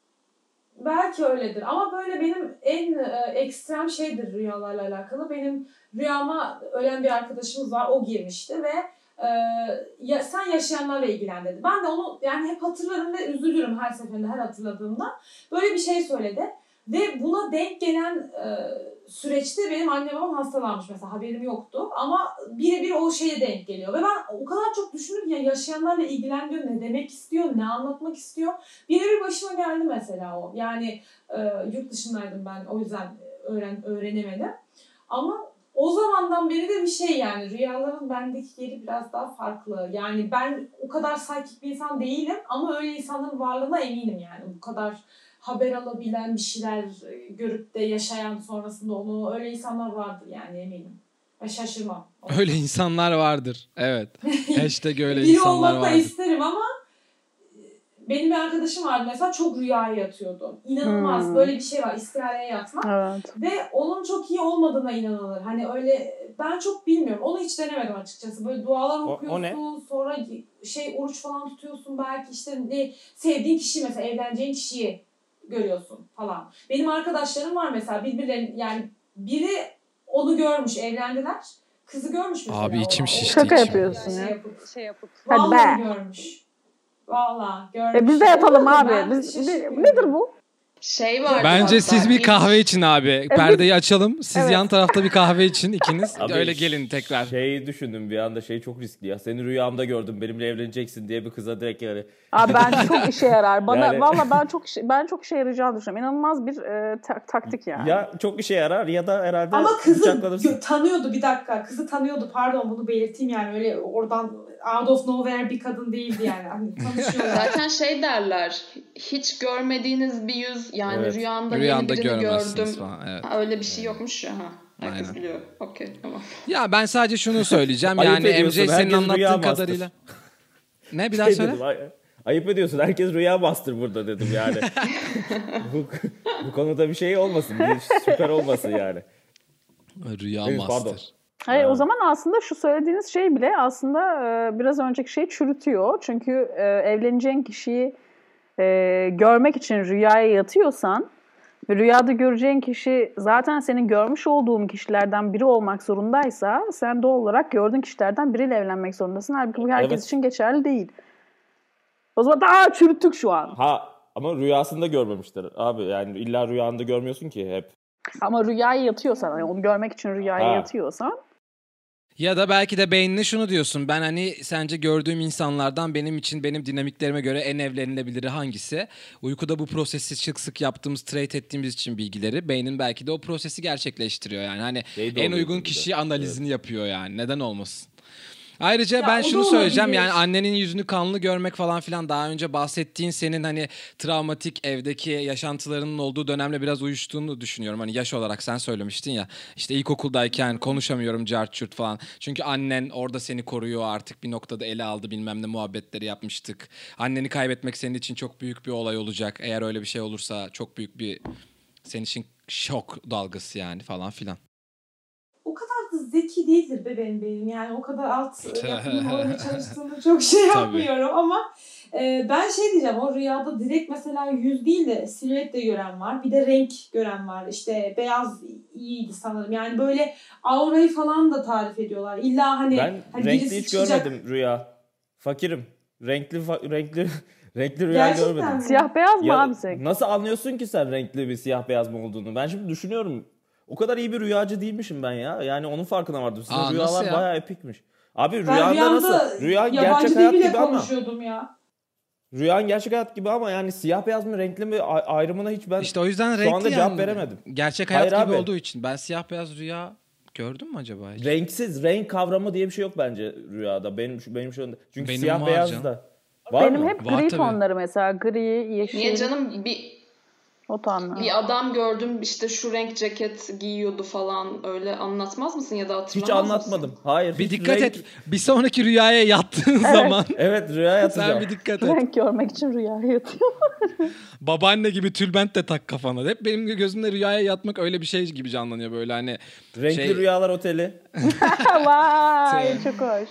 Belki öyledir ama böyle benim en e, ekstrem şeydir rüyalarla alakalı. Benim rüyama ölen bir arkadaşımız var. O girmişti ve e, ya, sen yaşayanlarla ilgilen dedi. Ben de onu yani hep hatırlarım ve üzülürüm her seferinde her hatırladığımda. Böyle bir şey söyledi. Ve buna denk gelen e, süreçte benim annem babam hastalanmış mesela haberim yoktu. Ama birebir o şeye denk geliyor. Ve ben o kadar çok düşündüm ya yaşayanlarla ilgilen diyor, ne demek istiyor, ne anlatmak istiyor. Birebir başıma geldi mesela o. Yani e, yurt dışındaydım ben o yüzden öğren, öğrenemedim. Ama o zamandan beri de bir şey yani rüyaların bendeki yeri biraz daha farklı. Yani ben o kadar psychic bir insan değilim ama öyle insanların varlığına eminim yani. Bu kadar haber alabilen bir şeyler görüp de yaşayan sonrasında onu öyle insanlar vardır yani eminim. Ben şaşırmam. Öyle insanlar vardır. Evet. Hashtag öyle Biri insanlar olmak da vardır. isterim ama benim bir arkadaşım vardı mesela çok rüyaya yatıyordu. İnanılmaz hmm. böyle bir şey var istirahaya yatmak. Evet. Ve onun çok iyi olmadığına inanılır. Hani öyle ben çok bilmiyorum. Onu hiç denemedim açıkçası. Böyle dualar okuyorsun o, o sonra şey oruç falan tutuyorsun belki işte ne sevdiğin kişi mesela evleneceğin kişiyi görüyorsun falan. Benim arkadaşlarım var mesela birbirlerinin yani biri onu görmüş evlendiler. Kızı görmüş mesela. Abi içim şişti. Şaka yapıyorsun şey ya. Yapıp, şey yapıp. Hadi Vallahi be. görmüş. Valla görmüş. E biz de yatalım abi. Ben Biz, nedir bu? Şey var. Bence siz bir kahve için abi. Perdeyi açalım. Siz Evet. yan tarafta bir kahve için ikiniz. Abi Öyle gelin tekrar. Şey düşündüm bir anda, şey çok riskli ya. Seni rüyamda gördüm, benimle evleneceksin diye bir kıza direkt yani. Abi bence çok işe yarar. Bana Yani- valla ben çok işe, ben çok işe yarayacağını düşünüyorum. İnanılmaz bir e, ta- taktik yani. Ya çok işe yarar ya da herhalde Ama kızı bıçaklanırsın. gö- tanıyordu bir dakika. Kızı tanıyordu, pardon bunu belirteyim yani, öyle oradan out of nowhere bir kadın değildi yani. Hani tanışıyorlar. Zaten şey derler. Hiç görmediğiniz bir yüz, yani Evet. rüyamda, Rüyanda yeni birini görmezsiniz gördüm. falan, evet. Ha, öyle bir şey yokmuş ya. Ha. Herkes Aynen. biliyor. Okey, tamam. Ya ben sadece şunu söyleyeceğim. Ayıp yani M ediyorsun, J senin herkes anlattığın rüya master. kadarıyla. Ne bir daha Şey söyle. dedim, ay- ayıp ediyorsun. Herkes rüya bastır burada dedim yani. bu, bu konuda bir şey olmasın. Bir süper olmasın yani. Rüya Evet, master. pardon. Hayır, Ha. o zaman aslında şu söylediğiniz şey bile aslında e, biraz önceki şeyi çürütüyor. Çünkü e, evleneceğin kişiyi e, görmek için rüyaya yatıyorsan ve rüyada göreceğin kişi zaten senin görmüş olduğun kişilerden biri olmak zorundaysa sen doğal olarak gördüğün kişilerden biriyle evlenmek zorundasın. Halbuki bu herkes Evet. için geçerli değil. O zaman daha çürüttük şu an. Ha ama rüyasında görmemiştir abi. Yani illa rüyanda görmüyorsun ki hep. Ama rüyaya yatıyorsan, yani onu görmek için rüyaya Ha. yatıyorsan Ya da belki de beynine şunu diyorsun. Ben hani sence gördüğüm insanlardan benim için, benim dinamiklerime göre en evlenilebiliri hangisi? Uykuda bu prosesi sık sık yaptığımız, trade ettiğimiz için bilgileri, beynin belki de o prosesi gerçekleştiriyor yani. Hani Şey de en oluyor uygun burada. kişi analizini yapıyor yani. Neden olmasın? Ayrıca Ya ben o da şunu söyleyeceğim, olabilir. yani annenin yüzünü kanlı görmek falan filan, daha önce bahsettiğin senin hani travmatik evdeki yaşantılarının olduğu dönemle biraz uyuştuğunu düşünüyorum. Hani yaş olarak sen söylemiştin ya, işte ilkokuldayken konuşamıyorum cart çurt falan. Çünkü annen orada seni koruyor, artık bir noktada ele aldı, bilmem ne muhabbetleri yapmıştık. Anneni kaybetmek senin için çok büyük bir olay olacak. Eğer öyle bir şey olursa çok büyük bir senin için şok dalgası yani falan filan. O kadar da zeki değildir be benim beynim. Yani o kadar alt e, yapının oraya çalıştığını çok şey yapmıyorum ama e, ben şey diyeceğim, o rüyada direkt mesela yüz değil de silüet de gören var. Bir de renk gören var. İşte beyaz iyiydi sanırım. Yani böyle aurayı falan da tarif ediyorlar. İlla hani, Ben hani renkli birisi hiç çıkacak. görmedim rüya. Fakirim. Renkli fa- renkli renkli rüya Gerçekten görmedim. mi? siyah beyaz mı Ya, abi sen? nasıl anlıyorsun ki sen renkli bir siyah beyaz mı olduğunu? Ben şimdi düşünüyorum. O kadar iyi bir rüyacı değilmişim ben ya. Yani onun farkına vardım. Sizin Aa, nasıl rüyalar ya? bayağı epikmiş. Abi Ben rüyanda rüyamda nasıl? Rüya yabancı gerçek hayat diliyle gibi ama. konuşuyordum ya. Rüyan gerçek hayat gibi ama yani siyah beyaz mı renkli mi a- ayrımına hiç ben İşte o yüzden şu renkli anda cevap yani. veremedim. Gerçek hayat Hayır gibi abi. olduğu için. Ben siyah beyaz rüya gördüm mü acaba hiç? Renksiz, renk kavramı diye bir şey yok bence rüyada. Benim benim şu anda. Çünkü Benim siyah var beyaz canım. da. Var Benim mı? hep Var gri tabii. tonları mesela. Gri, yeşil, Niye canım, bir o tonlar. bir adam gördüm işte şu renk ceket giyiyordu falan, öyle anlatmaz mısın ya da hatırlamaz Hiç anlatmadım. mısın? Hayır. Bir hiç dikkat renk- et. Bir sonraki rüyaya yattığın zaman Evet rüya yatacağım. sen bir dikkat et. Renk görmek için rüyaya yatıyor. Babaanne gibi tülbent de tak kafana. Hep benim gözümde rüyaya yatmak öyle bir şey gibi canlanıyor böyle hani. Renkli şey- Rüyalar Oteli. Vay çok hoş.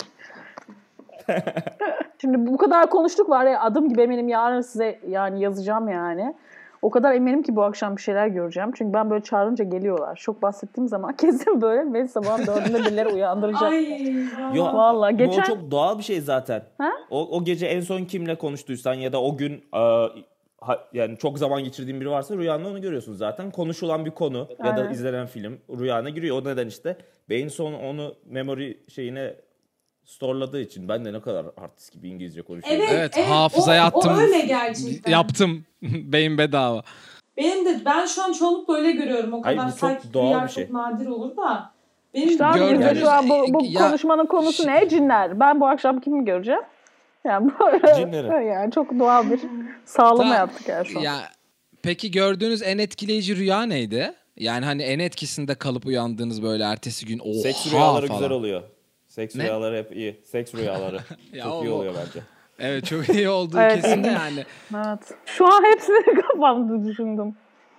Şimdi bu kadar konuştuk var ya, adım gibi eminim yarın size yani yazacağım yani. O kadar eminim ki bu akşam bir şeyler göreceğim. Çünkü ben böyle çağırınca geliyorlar. Çok bahsettiğim zaman kesin böyle beni sabahın dördünde birileri uyandıracak. Ay Yok. Vallahi Bu geçen- o çok doğal bir şey zaten. Ha? O, o gece en son kimle konuştuysan ya da o gün e, ha- yani çok zaman geçirdiğin biri varsa rüyanda onu görüyorsun zaten. Konuşulan bir konu ya da Aynen. izlenen film rüyana giriyor. O neden işte beyin son onu memory şeyine storeladığı için. Ben de ne kadar artist gibi İngilizce konuşuyorum. Evet, Evet, evet, hafızaya o, attım. O öyle gerçekten. Yaptım. Beyin bedava. Benim de, ben şu an çoğunlukla öyle görüyorum. O Hayır, kadar bu çok psychic doğal rüya bir şey. çok nadir olur da. Benim İşte abi Gördünüz. bizde şu an bu, bu Ya- konuşmanın konusu ne? Cinler. Ben bu akşam kimi göreceğim? Yani bu Cinleri. yani çok doğal bir sağlama Ta- yaptık yani şu an. Ya peki gördüğünüz en etkileyici rüya neydi? Yani hani en etkisinde kalıp uyandığınız böyle ertesi gün oha Seks rüyaları falan. güzel oluyor. Seks Ne? rüyaları hep iyi. Seks rüyaları. Ya çok iyi o- oluyor bence. Evet çok iyi olduğu Evet. kesin de yani. Evet. Şu an hepsini kafamda düşündüm.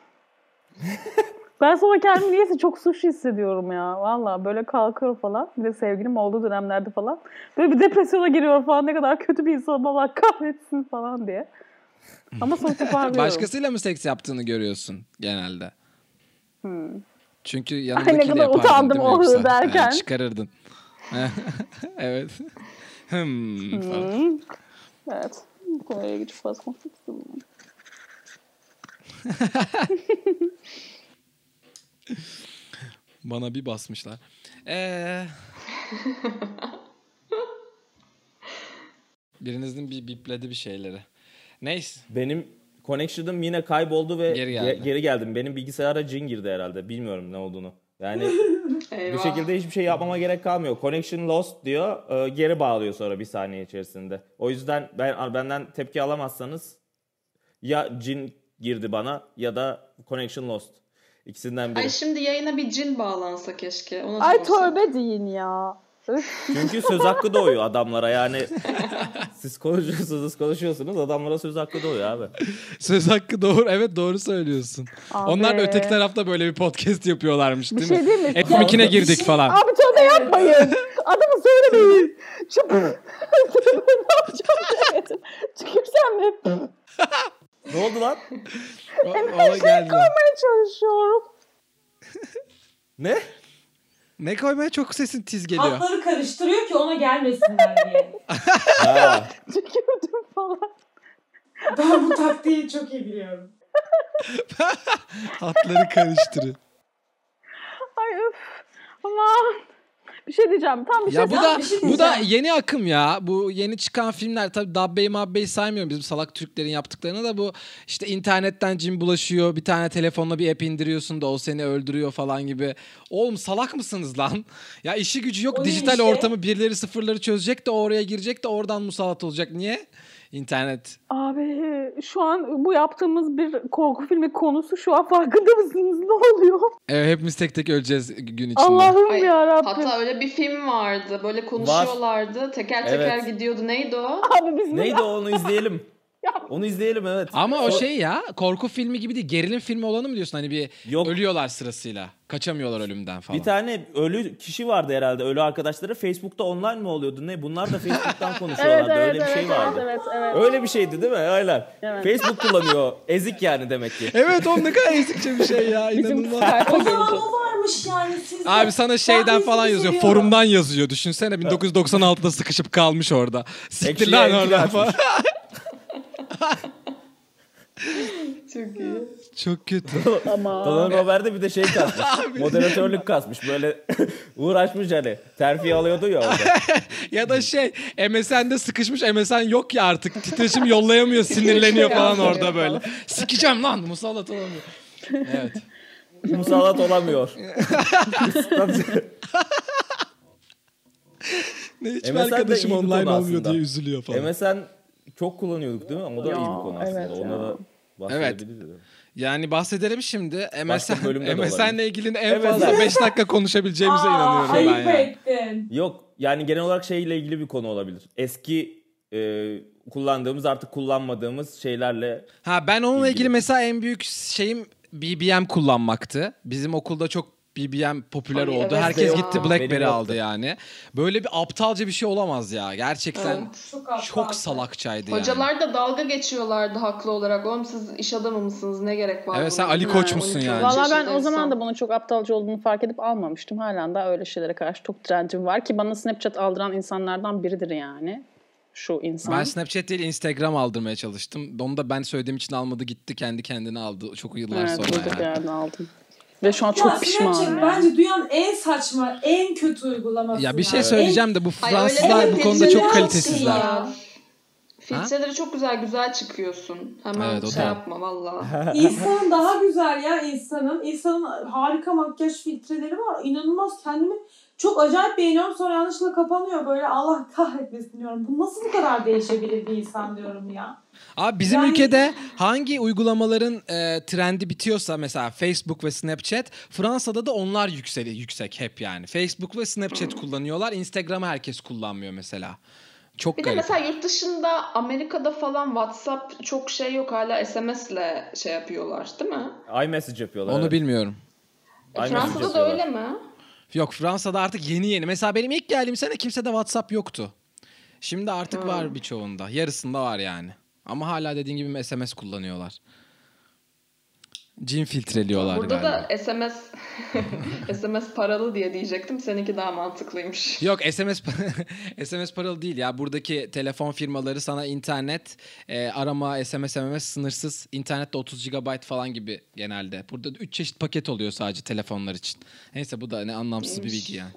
Ben sonra kendimi niyeyse çok suç hissediyorum ya. Valla böyle kalkıyorum falan. Bir de sevgilim olduğu dönemlerde falan. Böyle bir depresyona giriyor falan. Ne kadar kötü bir insanım, Allah kahretsin falan diye. Ama sonra toparlıyorum. Başkasıyla mı seks yaptığını görüyorsun genelde? Çünkü Ay, ne yanındakiyle kadar yapardın utandım değil mi o yoksa? derken. Yani çıkarırdın. Evet. Hmm, falan. Evet. Bu konuya geçip fazla konuşmak istemiyorum. Bana bir basmışlar. Ee... Birinizin bir bipledi bir şeyleri. Neyse. Benim connection'ım yine kayboldu ve Geri geri, geldi. geri geldim. Benim bilgisayara cin girdi herhalde. Bilmiyorum ne olduğunu. Yani bu Eyvah. şekilde hiçbir şey yapmama gerek kalmıyor. Connection lost diyor. e, Geri bağlıyor sonra bir saniye içerisinde. O yüzden ben benden tepki alamazsanız ya cin girdi bana ya da connection lost. İkisinden biri. Ay şimdi yayına bir cin bağlansa keşke. Ona Ay sorsak. tövbe deyin ya. Üf. Çünkü söz hakkı doğuyor adamlara yani. Siz konuşuyorsunuz konuşuyorsunuz adamlara söz hakkı doğuyor abi. Söz hakkı doğru. Evet doğru söylüyorsun. Abi. Onlar da öteki tarafta böyle bir podcast yapıyorlarmış Bir değil şey mi? değil mi? Etmikine girdik falan. Abi tövbe yapmayın. Adımı söylemeyin. Çıp. Ne yapacağım demedim. Tükürsem mi? Ne oldu lan? O- Ona geldi. Koymaya çalışıyorum. Ne? Ne koymaya çok sesin tiz geliyor. Hatları karıştırıyor ki ona gelmesinler diye. Ha. Tükürdüm falan. Ben bu taktiği çok iyi biliyorum. Hatları karıştırıyor. Ay öf. Aman. Bir şey diyeceğim. Tam bir şey Ya bu da bir şey bu da diyeceğim. yeni akım ya. Bu yeni çıkan filmler tabii Dabbe'yi Mabbe'yi saymıyorum bizim salak Türklerin yaptıklarını da bu işte internetten cin bulaşıyor. Bir tane telefonla bir app indiriyorsun da o seni öldürüyor falan gibi. Oğlum salak mısınız lan? Ya işi gücü yok. O ne Dijital işte? ortamı birleri sıfırları çözecek de oraya girecek de oradan musallat olacak. Niye? İnternet. Abi şu an bu yaptığımız bir korku filmi konusu şu an farkında mısınız? Ne oluyor? Evet, hepimiz tek tek öleceğiz gün içinde. Allah'ım Ay, yarabbim. Hatta öyle bir film vardı. Böyle konuşuyorlardı. Teker teker Evet. gidiyordu. Neydi o? Abi biz Neydi o onu izleyelim. Onu izleyelim evet. Ama o So- şey ya korku filmi gibi değil. Gerilim filmi olanı mı diyorsun? Hani bir Yok. ölüyorlar sırasıyla. Kaçamıyorlar ölümden falan. Bir tane ölü kişi vardı herhalde. Ölü arkadaşları Facebook'ta online mı oluyordu ne? Bunlar da Facebook'tan Evet konuşuyorlardı. evet Öyle bir evet, şey vardı. evet evet evet. Öyle bir şeydi değil mi? Aynen. Evet. Facebook kullanıyor. Ezik yani demek ki. Evet oğlum ne kadar ezikçe bir şey ya. Bizim İnanılmaz. sayfa O zaman göreceğiz. o varmış yani sizde. Abi sana şeyden Ben falan bizi yazıyor. seviyorum. Forumdan yazıyor. Düşünsene bin dokuz yüz doksan altıda sıkışıp kalmış orada. Siktir Ekşiye lan ekşi oradan açmış. falan. Çok iyi. Çok kötü. Ama Dolan Robert'de bir de şey kasmış. Moderatörlük kasmış. Böyle uğraşmış hani. Terfi alıyordu ya orada. Ya da şey M S N'de sıkışmış M S N yok ya artık. Titreşim yollayamıyor sinirleniyor falan orada böyle. Sikeceğim lan musallat olamıyor. Evet. Musallat olamıyor. Ne hiçbir M S N de arkadaşım iyi bir online konu olmuyor aslında. diye üzülüyor falan. M S N çok kullanıyorduk değil mi? Ama o da Ya, iyi bir konu aslında. evet Ona ya. da bahsedebiliriz. Yani bahsedelim şimdi. Başka M S N, bölümde de M S N'le ilgili en M S N. fazla beş dakika konuşabileceğimize inanıyorum ben ayıp ya. ettin. Yok yani genel olarak şeyle ilgili bir konu olabilir. Eski e, kullandığımız artık kullanmadığımız şeylerle. Ha ben onunla İlgili. ilgili mesela en büyük şeyim B B M kullanmaktı. Bizim okulda çok B B M popüler Ay, oldu. evet Herkes ya. gitti Benim BlackBerry yoktu. aldı yani. Böyle bir aptalca bir şey olamaz ya. Gerçekten Evet. Çok aptal. çok salakçaydı yani. Hocalar da dalga geçiyorlardı haklı olarak. Oğlum siz iş adamı mısınız? Ne gerek var? Evet, sen buna? Ali Koç musun on iki, yani? on üç Valla ben o yaşındaysan. zaman da bunun çok aptalca olduğunu fark edip almamıştım. Halen daha öyle şeylere karşı çok direncim var ki bana Snapchat aldıran insanlardan biridir yani. Şu insan. Ben Snapchat değil Instagram aldırmaya çalıştım. Onu da ben söylediğim için almadı gitti kendi kendine aldı. Çok yıllar Evet, sonra durduk yani. yerden aldım. Ve şu an Ya çok pişmanım Snapchat yani. bence dünyanın en saçma, en kötü uygulaması. Ya bir şey yani. söyleyeceğim de bu Hayır, öyle Fransızlar deme, bu konuda filtreleri çok çok kalitesizler. iyi ya. Filtreleri çok güzel güzel çıkıyorsun. Hemen Evet, o şey da. yapma valla. En- İnsanın daha güzel ya insanın. İnsanın harika makyaj filtreleri var. İnanılmaz kendimi çok acayip beğeniyorum. Sonra yanlışlıkla kapanıyor böyle. Allah kahretmesin diyorum. Bu nasıl bu kadar değişebilir bir insan diyorum ya. Abi bizim Yani- ülkede hangi uygulamaların e, trendi bitiyorsa mesela Facebook ve Snapchat, Fransa'da da onlar yükseli yüksek hep yani. Facebook ve Snapchat kullanıyorlar. Instagram'ı herkes kullanmıyor mesela. Çok Bir de garip. mesela yurt dışında Amerika'da falan WhatsApp çok şey yok, hala S M S'le şey yapıyorlar değil mi? iMessage yapıyorlar. Onu evet. bilmiyorum. E, Aynen Fransa'da öyle da öyle yapıyorlar. mi? Yok Fransa'da artık yeni yeni. Mesela benim ilk geldiğim sene kimsede WhatsApp yoktu. Şimdi artık Hmm. var birçoğunda. Yarısında var yani. Ama hala dediğin gibi S M S kullanıyorlar. Cin filtreliyorlar Burada galiba. da S M S S M S paralı diye diyecektim. Seninki daha mantıklıymış. Yok S M S S M S paralı değil ya. Buradaki telefon firmaları sana internet, e, arama, S M S, M M S sınırsız. İnternette otuz gigabayt falan gibi genelde. Burada üç çeşit paket oluyor sadece telefonlar için. Neyse bu da ne anlamsız bir bilgi yani.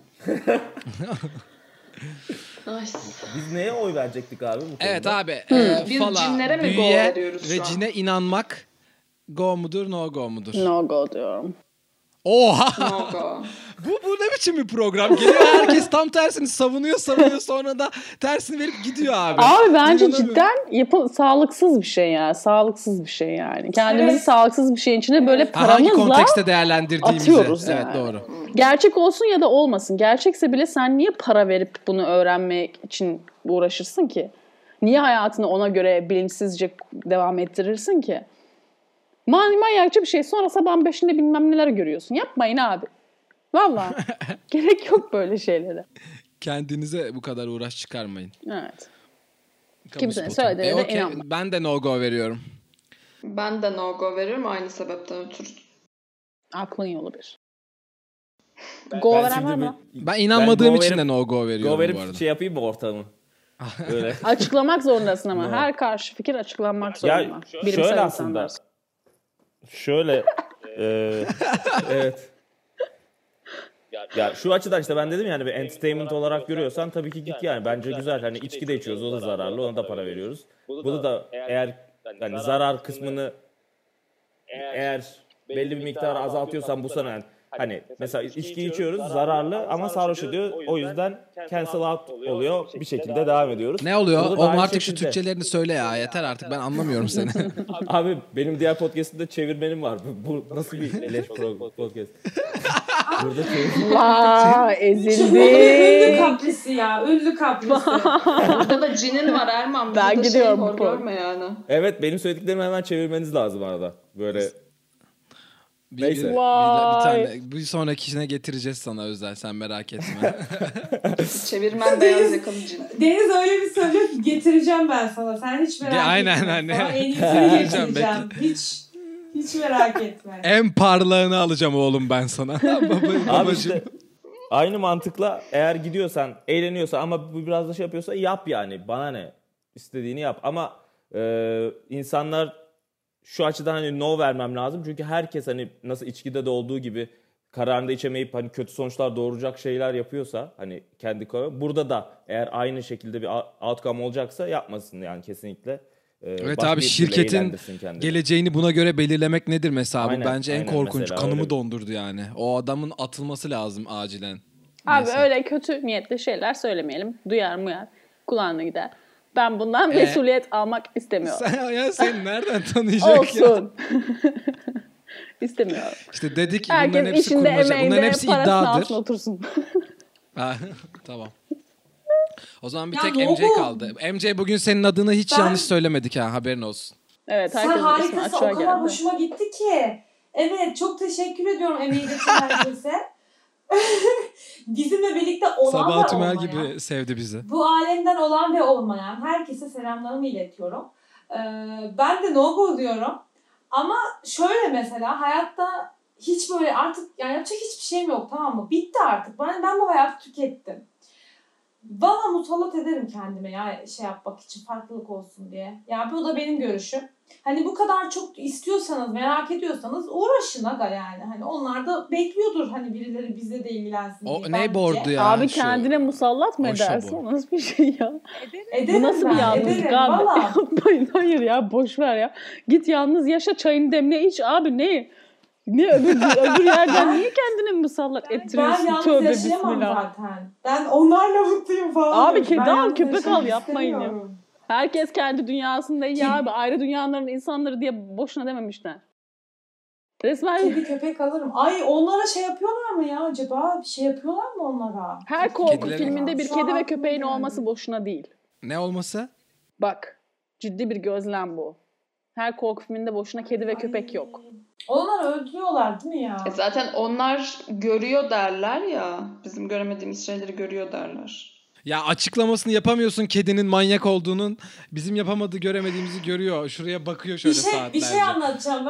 Nice. Biz neye oy verecektik abi bu konuda? Evet abi. E, Biz fala, cinlere mi go büyüye veriyoruz ve şu an? cine inanmak go mudur no go mudur? No go diyorum. Oha! No go. Bu, bu ne biçim bir program? Geliyor herkes tam tersini savunuyor savunuyor sonra da tersini verip gidiyor abi. Abi bence İnanamıyorum. cidden yapı sağlıksız bir şey ya. Sağlıksız bir şey yani. Kendimizi Evet. sağlıksız bir şeyin içine böyle Ha, hangi paramızla kontekste değerlendirdiğimizi. atıyoruz Evet yani. doğru. Gerçek olsun ya da olmasın. Gerçekse bile sen niye para verip bunu öğrenmek için uğraşırsın ki? Niye hayatını ona göre bilinçsizce devam ettirirsin ki? Man manyakça bir şey. Sonra sabahın beşinde bilmem neler görüyorsun. Yapmayın abi. Vallahi gerek yok böyle şeylere. Kendinize bu kadar uğraş çıkarmayın. Evet. Kamu Kimsenin spotu. söylediğine de okey. inanma. Ben de no go veriyorum. Ben de no go veririm aynı sebepten ötürü. Aklın yolu bir. Ben Go veren şimdi var mı? bir- Ben inanmadığım Ben go için verip- de no go veriyorum Go verip bu arada. şey yapayım mı ortamı? Böyle. Açıklamak zorundasın ama. No. Her karşı fikir açıklanmak Ya zorunda. Bilimsel şöyle insanlar. aslında. Şöyle. e, evet. Ya şu açıdan işte ben dedim yani bir entertainment olarak görüyorsan tabii ki git yani. Bence güzel. Hani içki de içiyoruz, o da zararlı, ona da para veriyoruz. Bunu da eğer hani zarar kısmını eğer belli bir miktarı azaltıyorsan bu sana yani hani mesela içki içiyoruz zararlı ama sarhoş ediyor. O yüzden cancel out oluyor. Bir şekilde devam ediyoruz. Ne oluyor? Burada da Oğlum aynı artık şu şekilde. Türkçelerini söyle ya. Yeter artık ben anlamıyorum seni. Abi benim diğer podcast'ımda çevirmenim var. Bu bu nasıl bir eleş pro- podcast? Burada çevir. Vaa Ünlü ezildi. kaprisi ya. Ünlü kaprisi. Burada da cinin var Erman. Ben Burada gidiyorum Şey, hor bu görme yani. Evet benim söylediklerimi hemen çevirmeniz lazım arada. Böyle Bir, Neyse. bir, bir, bir tane bir sonrakisine getireceğiz sana özel sen merak etme. Çevirmen beyaz yakalı cin. Deniz öyle bir söylüyor ki getireceğim ben sana. Sen hiç merak Ge- etme. aynen, aynen. Sana en iyisini Getireceğim, getireceğim. Hiç hiç merak etme. En parlağını alacağım oğlum ben sana. Baba, abi babacığım. işte aynı mantıkla eğer gidiyorsan eğleniyorsan ama bu biraz da şey yapıyorsa yap yani. Bana ne? İstediğini yap. Ama e, insanlar şu açıdan hani no vermem lazım. Çünkü herkes hani nasıl içkide de olduğu gibi kararında içemeyip hani kötü sonuçlar doğuracak şeyler yapıyorsa hani kendi kararı. Burada da eğer aynı şekilde bir outcome olacaksa yapmasın yani kesinlikle. Ee, Evet başka abi bir türlü şirketin eğlendirsin kendini. geleceğini buna göre belirlemek nedir mesela? Bu Aynen, bence en aynen korkunç. mesela, Kanımı öyle. dondurdu yani. O adamın atılması lazım acilen. Abi Neyse. öyle kötü niyetli şeyler söylemeyelim. Duyar muyar. Kulağına gider. Ben bundan Ee? mesuliyet almak istemiyorum. Sen, ya sen nereden tanıyacak ya? Olsun. İstemiyorum. İşte dedik bunların Herkes hepsi işinde, kurmaca. Bunların emeğinde, hepsi parasının iddiadır. altına otursun. Ha, tamam. O zaman bir Ya tek ne M J oldu? kaldı. M J bugün senin adını hiç Ben- yanlış söylemedik ha haberin olsun. Evet, Sen herkesin ismi harikasın. açığa O kadar geldi. hoşuma gitti ki. Evet çok teşekkür ediyorum emeği geçen herkese. Bizimle birlikte olan Sabah ve Tümer olmayan. gibi sevdi bizi. Bu alemden olan ve olmayan herkese selamlarımı iletiyorum. Ee, ben de no go diyorum. Ama şöyle mesela hayatta hiç böyle artık yani yapacak hiçbir şeyim yok, tamam mı? Bitti artık. Ben, ben bu hayatı tükettim. Bana musallat ederim kendime ya şey yapmak için, farklılık olsun diye. Yani bu da benim görüşüm. Hani bu kadar çok istiyorsanız, merak ediyorsanız uğraşın aga yani. Hani onlar da bekliyordur hani birileri bizle de ilgilensin diye. O ne bence. bordu ya? Abi şu- kendine musallat mı o şu edersin? bu. O nasıl bir şey ya? Ederim Bu nasıl ben, bir yalnızlık ederim. abi? Valla. Yapmayın, hayır ya, boş ver ya. Git yalnız yaşa, çayını demle iç abi, ne? Ne öbür, öbür yerden niye kendini musallat Ben ettiriyorsun? yalnız Tövbe yaşayamam bismillah. zaten. Ben onlarla mutluyum falan. Abi diyorum. kedi Ben al, yalnız köpek yaşamak al, yapmayın ya. istemiyorum. Herkes kendi dünyasında iyi Kedi- abi. Ayrı dünyaların insanları diye boşuna dememişler. Resmen Kedi köpek alırım. Ay onlara şey yapıyorlar mı ya acaba? Bir şey yapıyorlar mı onlara? her korku Kedilerin- filminde bir Şu kedi an ve aklıma köpeğin geldi. olması boşuna değil. Ne olması? Bak, ciddi bir gözlem bu. Her korku filminde boşuna kedi ve köpek yok. Onları öldürüyorlar değil mi ya? E zaten onlar görüyor derler ya. Bizim göremediğimiz şeyleri görüyor derler. Ya açıklamasını yapamıyorsun kedinin manyak olduğunun. Bizim yapamadığı göremediğimizi görüyor. Şuraya bakıyor Bir şöyle şey, saatlerce. bir şey anlatacağım ben.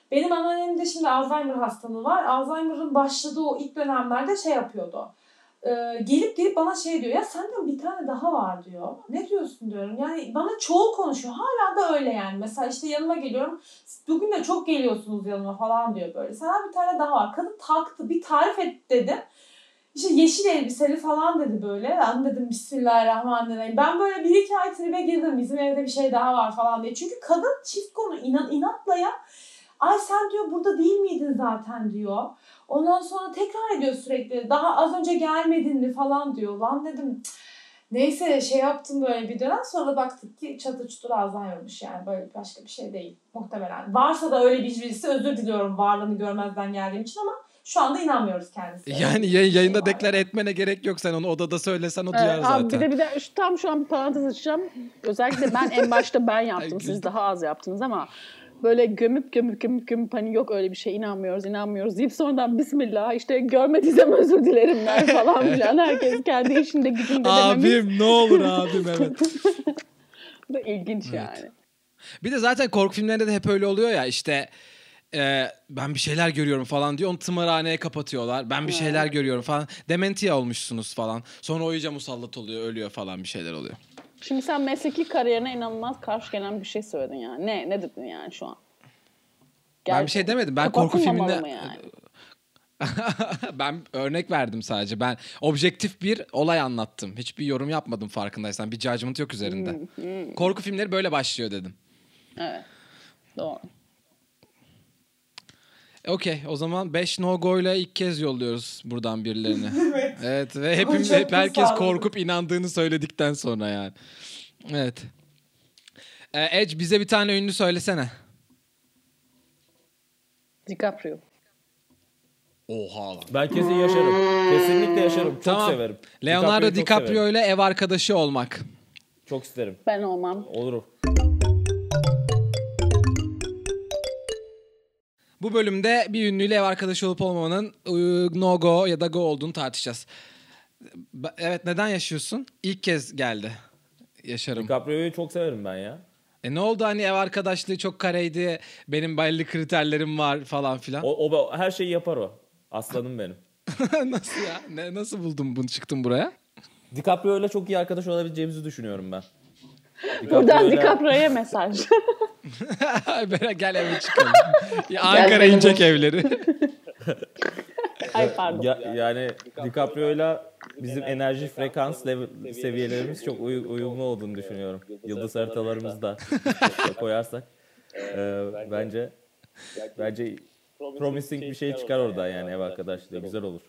Benim anneannemde şimdi Alzheimer hastalığı var. Alzheimer'ın başladığı o ilk dönemlerde şey yapıyordu. Ee, gelip gelip bana şey diyor. Ya senden bir tane daha var diyor. Ne diyorsun diyorum. Yani bana çoğul konuşuyor. Hala da öyle yani. Mesela işte yanıma geliyorum. Bugün de çok geliyorsunuz yanıma falan diyor böyle. Senden bir tane daha var. Kadın taktı. Bir tarif et dedim. İşte yeşil elbiseli falan dedi böyle. Ben dedim Bismillahirrahmanirrahim. Ben böyle bir iki ay tribe girdim. Bizim evde bir şey daha var falan diye. Çünkü kadın çift konu inan, inatla ya. Ay sen diyor burada değil miydin zaten diyor. Ondan sonra tekrar ediyor sürekli. Daha az önce gelmedin mi falan diyor. Lan dedim neyse şey yaptım böyle bir dönem. Sonra da baktık ki çatır çutur Alzheimer'mış yani. Böyle başka bir şey değil muhtemelen. Varsa da öyle bir birisi özür diliyorum varlığını görmezden geldiğim için ama şu anda inanmıyoruz kendisine. Yani yayın, yayında deklare etmene gerek yok. Sen onu odada söylesen o duyar Evet, zaten. abi bir de bir de şu, tam şu an bir parantez açacağım. Özellikle ben en başta ben yaptım. Siz daha az yaptınız ama böyle gömüp gömüp gömüp gömüp hani yok öyle bir şey inanmıyoruz inanmıyoruz deyip sonradan bismillah işte görmediysem özür dilerim der falan filan. Herkes kendi işinde gücünde dememiz. Abim ne olur abim evet. Bu da ilginç Evet. yani. Bir de zaten korku filmlerinde de hep öyle oluyor ya işte e, ben bir şeyler görüyorum falan diyor. Onu tımarhaneye kapatıyorlar. Ben bir şeyler görüyorum falan. Dementia olmuşsunuz falan. Sonra o iyice musallat oluyor, ölüyor falan bir şeyler oluyor. Şimdi sen mesleki kariyerine inanılmaz karşı gelen bir şey söyledin yani. Ne? Ne dedin yani şu an? Ben bir şey demedim. Ben korku Kapatılmamalı filminde... mı yani? Ben örnek verdim sadece. Ben objektif bir olay anlattım. Hiçbir yorum yapmadım farkındaysan. Bir judgment yok üzerinde. Korku filmleri böyle başlıyor dedim. Evet. Doğru. Okey, o zaman beş no-go ile ilk kez yolluyoruz buradan birilerini. Evet. Evet ve Ama hepimiz, çok hep herkes sağlıklı. korkup inandığını söyledikten sonra yani. Evet. Ee, Edge bize bir tane ünlü söylesene. DiCaprio. Oha lan. Ben kesin yaşarım. Kesinlikle yaşarım. Çok Tamam. severim. Leonardo DiCaprio'yu çok DiCaprio severim. ile ev arkadaşı olmak. Çok isterim. Ben olmam. Olurum. Bu bölümde bir ünlüyle ev arkadaşı olup olmamanın ıı, no go ya da go olduğunu tartışacağız. Ba- Evet, neden yaşıyorsun? İlk kez geldi. Yaşarım. DiCaprio'yu çok severim ben ya. E ne oldu hani ev arkadaşlığı çok kareydi. Benim belli kriterlerim var falan filan. O, o her şeyi yapar o. Aslanım benim. Nasıl ya? Ne, nasıl buldun bunu çıktın buraya? DiCaprio ile çok iyi arkadaş olabileceğimizi düşünüyorum ben. Buradan DiCaprio'yla- DiCaprio'ya mesaj. Bera gel eve çıkalım. Ya Ankara inecek evleri. Ay pardon. Ya, yani DiCaprio'yla bizim enerji frekans level, seviyelerimiz çok uy- uyumlu olduğunu düşünüyorum. Yıldız haritalarımızı da koyarsak e, bence bence promising bir şey çıkar orada yani ev arkadaşlığı güzel olur.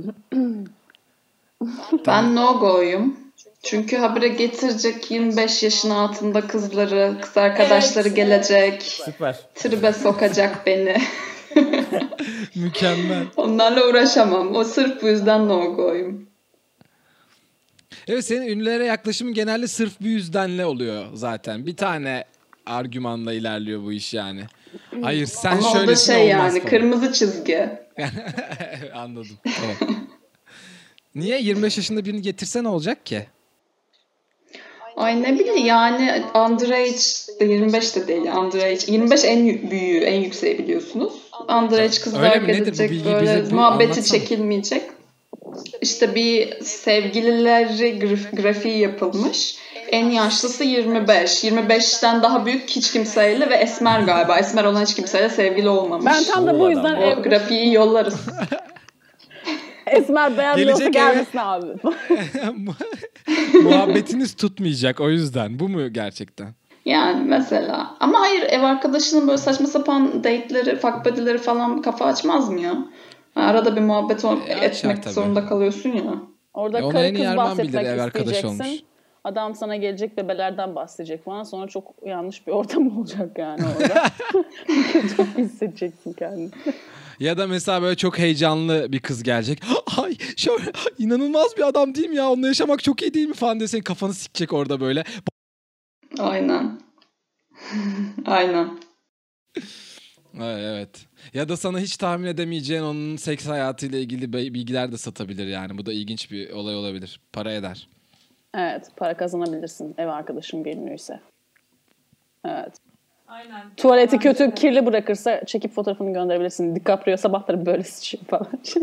Ben no go'yum. Çünkü habire getirecek yirmi beş yaşın altında kızları, kız arkadaşları Evet. gelecek. Süper. Tribe sokacak beni. Mükemmel. Onlarla uğraşamam. O sırf bu yüzden no go'yum. Evet, senin ünlülere yaklaşımın genelde sırf bu yüzdenle oluyor zaten. Bir tane argümanla ilerliyor bu iş yani. Hayır sen Ama o da şöylesin şey olmaz yani falan. kırmızı çizgi. Anladım. Tamam. Niye yirmi beş yaşında birini getirse ne olacak ki? Ay ne bileyim yani underage de yirmi beş de değil underage. yirmi beş en yü- büyüğü, en yükseği biliyorsunuz. Underage kızlar Öyle mi? Nedir bu gelecek bilgi? böyle Bize bir muhabbeti anlatsana. çekilmeyecek. İşte bir sevgilileri graf- grafiği yapılmış. En yaşlısı yirmi beş. yirmi beşten daha büyük hiç kimseyle ve esmer galiba. Esmer olan hiç kimseyle sevgili olmamış. Ben tam da bu yüzden O ev, grafiği yollarız. Esmer beyaz Gelecek yolsu gelmesin abi. Muhabbetiniz tutmayacak o yüzden. Bu mu gerçekten? Yani mesela. Ama hayır ev arkadaşının böyle saçma sapan date'leri, fuck buddy'leri falan kafa açmaz mı ya? Arada bir muhabbet o- E, açar etmek tabii. zorunda kalıyorsun ya. Orada E, onu karı en iyi kız Erman bilir, bahsetmek ev arkadaşı isteyeceksin. olmuş. Adam sana gelecek bebelerden bahsedecek falan. Sonra çok yanlış bir ortam olacak yani orada. Çok hissedeceksin kendini. Ya da mesela böyle çok heyecanlı bir kız gelecek. Ay şöyle inanılmaz bir adam değil mi ya? Onunla yaşamak çok iyi değil mi falan diye senin kafanı sikecek orada böyle. Aynen. Aynen. Evet, evet. Ya da sana hiç tahmin edemeyeceğin onun seks hayatıyla ilgili be- bilgiler de satabilir yani. Bu da ilginç bir olay olabilir. Para eder. Evet, para kazanabilirsin ev arkadaşın bir ünlüyse. Evet. Aynen. Tuvaleti Bence kötü, de. kirli bırakırsa çekip fotoğrafını gönderebilirsin. DiCaprio sabahları böyle sıçıyor falan. Şey.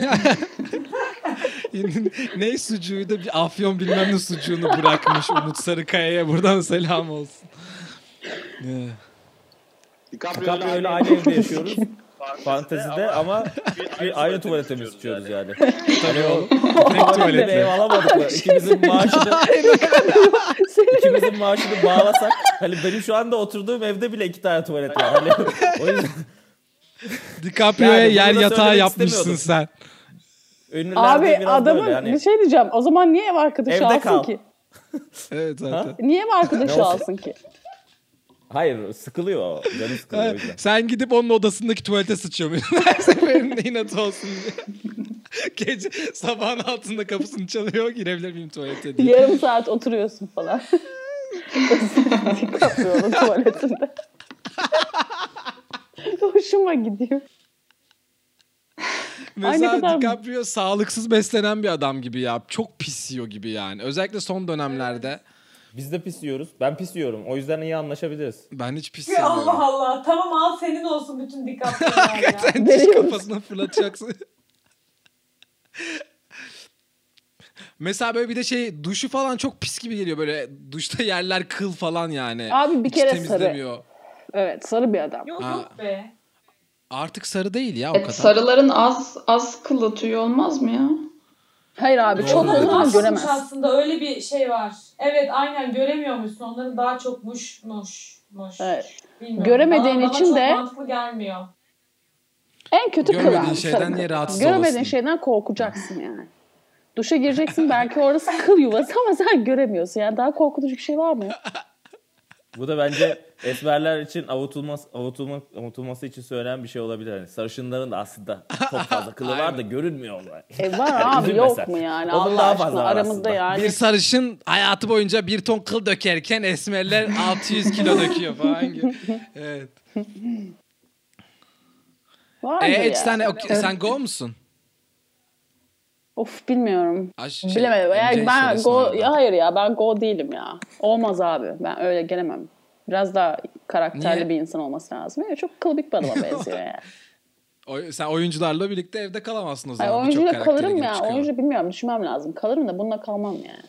Ne sucuğuydu? Bir afyon bilmem ne sucuğunu bırakmış Umut Sarıkaya'ya. Buradan selam olsun. Yeah. DiCaprio ile aynı evde yaşıyoruz. Fantezide ama bir aynı tuvalete mi sıçıyoruz yani? Hani o Tek bir tuvalete. ev alamadık mı? İkimizin maaşını ikimizin maaşını bağlasak hani benim şu anda oturduğum evde bile iki tane tuvalet var. Hani o yüzden DiCaprio'ya Yani bunu yer da yatağı söylemek yapmışsın istemiyordum. sen. ünlülerde Abi biraz adamın böyle hani bir şey diyeceğim. O zaman niye ev arkadaşı Evde alsın kal. ki? Evet zaten. Niye ev arkadaşı Ne olsun? alsın ki? hayır sıkılıyor o. Canı sıkılıyor o yüzden. Sen gidip onun odasındaki tuvalete sıçıyorsun. Her seferinde inat olsun diye. Gece sabahın altında kapısını çalıyor. Girebilir miyim tuvalete diye. Yarım saat oturuyorsun falan. DiCaprio'nun tuvaletinde. Hoşuma gidiyor. Mesela kadar- DiCaprio sağlıksız beslenen bir adam gibi ya. Çok pis yiyor gibi yani. Özellikle son dönemlerde. Biz de pis yiyoruz. Ben pis yiyorum. O yüzden iyi anlaşabiliriz. Ben hiç pis Ya yemiyorum. Allah Allah. Tamam al senin olsun bütün DiCaprio'lar ya. Sen diş Veriyoruz. kafasına fırlatacaksın. Mesela böyle bir de şey duşu falan çok pis gibi geliyor. Böyle duşta yerler kıl falan yani. Abi bir Hiç kere sarı. temizlemiyor. Evet sarı bir adam. Yok Ha. yok be. Artık sarı değil ya o Evet, kadar. sarıların az az kılı tüyü olmaz mı ya? Hayır abi Doğru çok dedin. olur ama Nasılmış göremez. aslında öyle bir şey var. Evet aynen göremiyormuşsun. Onların daha çok muş muş muş. Evet. Bilmiyorum. Göremediğin bana, bana için çok de- mantıklı gelmiyor. En kötü kıl Görmediğin abi. şeyden sarı niye kıl. rahatsız Görmediğin olasın? şeyden korkacaksın yani. Duşa gireceksin belki orası kıl yuvası ama sen göremiyorsun. Yani daha korkutucu bir şey var mı? Bu da bence esmerler için avutulması, avutulma, avutulması için söylenen bir şey olabilir. Hani sarışınların da aslında çok fazla kılı var da görünmüyor onlar. E var abi üzülme yok sen. mu yani? Onun Allah daha aşkına fazla var aramızda aslında. yani. Bir sarışın hayatı boyunca bir ton kıl dökerken esmerler altı yüz kilo döküyor falan gibi. Evet. Vardır E, yani. sen, o- sen go musun? Of bilmiyorum. Aş- şey, Bilemedim. Yani M J ben söylesin go arada. ya hayır ya ben go değilim ya. Olmaz abi. Ben öyle gelemem. Biraz daha karakterli Niye? bir insan olması lazım. Yani çok kılıbık bir adama benziyor yani. O- sen oyuncularla birlikte evde kalamazsın o zaman. Hayır, Birçok oyuncuyla karaktere kalırım girip ya. çıkıyorlar. Oyuncu bilmiyorum düşünmem lazım. Kalırım da bununla kalmam yani.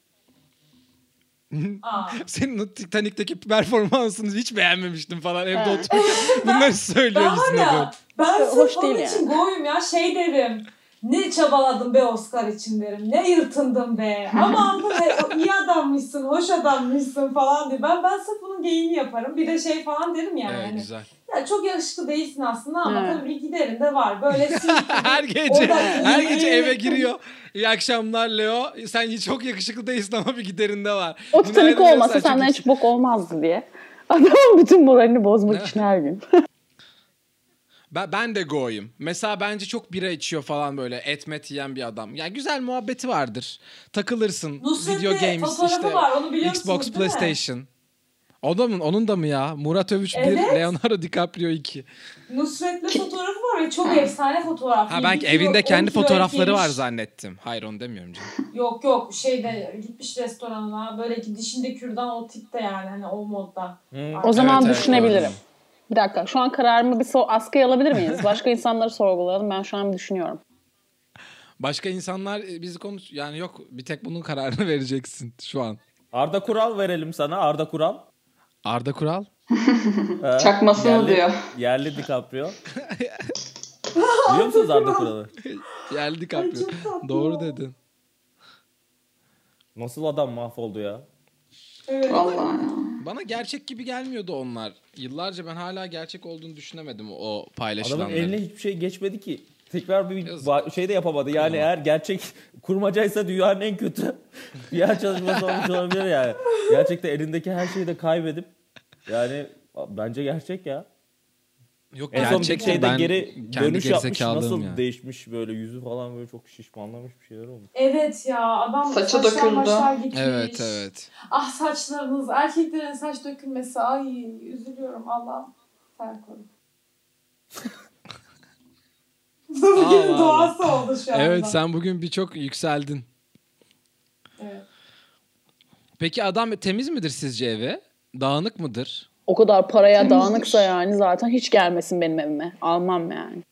Aa. Senin o Titanic'teki performansını hiç beğenmemiştim falan evde He. oturup bunları söylüyor Ben var yüzüne böyle. ya ben Hoş sırf onun değil için goyum ya şey derim. Ne çabaladım be Oscar için derim. Ne yırtındım be. Aman be o iyi adammışsın, hoş adammışsın falan diye. Ben ben sırf bunun geyini yaparım. Bir de şey falan derim yani. Evet hani, güzel. ya çok yakışıklı değilsin aslında ama Evet. tabii bir giderin de var. Böyle sinirli. Her gece Oradan her iyi- gece eve giriyor. İyi akşamlar Leo. Sen çok yakışıklı değilsin ama bir giderinde var. O Bunu Titanic ayrı olmasa görsen çok senden iyi. hiç bok olmazdı diye. Adamın bütün moralini bozmak için her gün. Ben, ben de go'yum. Mesela bence çok bira içiyor falan böyle etmet yiyen bir adam. Yani güzel muhabbeti vardır. Takılırsın. Nusret'te Video games fotoğrafı işte var, onu biliyor Xbox, musunuz, değil mi? PlayStation. O da mı? Onun da mı ya? Murat Övüç bir, Evet. Leonardo DiCaprio iki. Nusret'le fotoğrafı var ve çok efsane fotoğraf. Ha Bir ben kilo, evinde on kendi kilo et fotoğrafları var yemiş. zannettim. Hayır onu demiyorum canım. Yok yok şeyde gitmiş restoranına böyle ki dişinde kürdan o tipte yani hani o modda. O zaman evet, düşünebilirim. gördüm. Bir dakika şu an kararımı bir so- askıya alabilir miyiz? Başka insanları sorgulayalım. Ben şu an düşünüyorum. Başka insanlar e, bizi konuş... Yani yok bir tek bunun kararını vereceksin şu an. Arda Kural verelim sana. Arda Kural. Arda Kural. Ee, Çakmasını yerli, diyor. Yerli DiCaprio. Biliyor musunuz Arda Kural'ı? Geldi Ay, DiCaprio. çok tatlı. Doğru dedin. Nasıl adam mahvoldu ya? Evet. Vallahi ya. Bana gerçek gibi gelmiyordu onlar. Yıllarca ben hala gerçek olduğunu düşünemedim o Adamın paylaşılanların. eline hiçbir şey geçmedi ki. Tekrar bir Yazık. ba- şey de yapamadı. Yani eğer gerçek kurmacaysa dünyanın en kötü P R çalışması olmuş olabilir yani. Gerçekten elindeki her şeyi de kaybedip yani bence gerçek ya. Yok En son bir gerçek şeyde ben geri kendi dönüş yapmış. gerizekalığım Nasıl yani. değişmiş böyle yüzü falan böyle çok şişmanlamış bir şeyler olmuş. Evet ya adam Saçı saçlar döküldü. başlar gitmiş. Evet evet. Ah saçlarınız erkeklerin saç dökülmesi ay üzülüyorum Allah'ım. Sen koru. Bugünün Allah doğası oldu şu anda. Evet sen bugün birçok yükseldin. Evet. Peki adam temiz midir sizce evi? Dağınık mıdır? O kadar paraya Temizdir. dağınıksa yani zaten hiç gelmesin benim evime. Almam yani.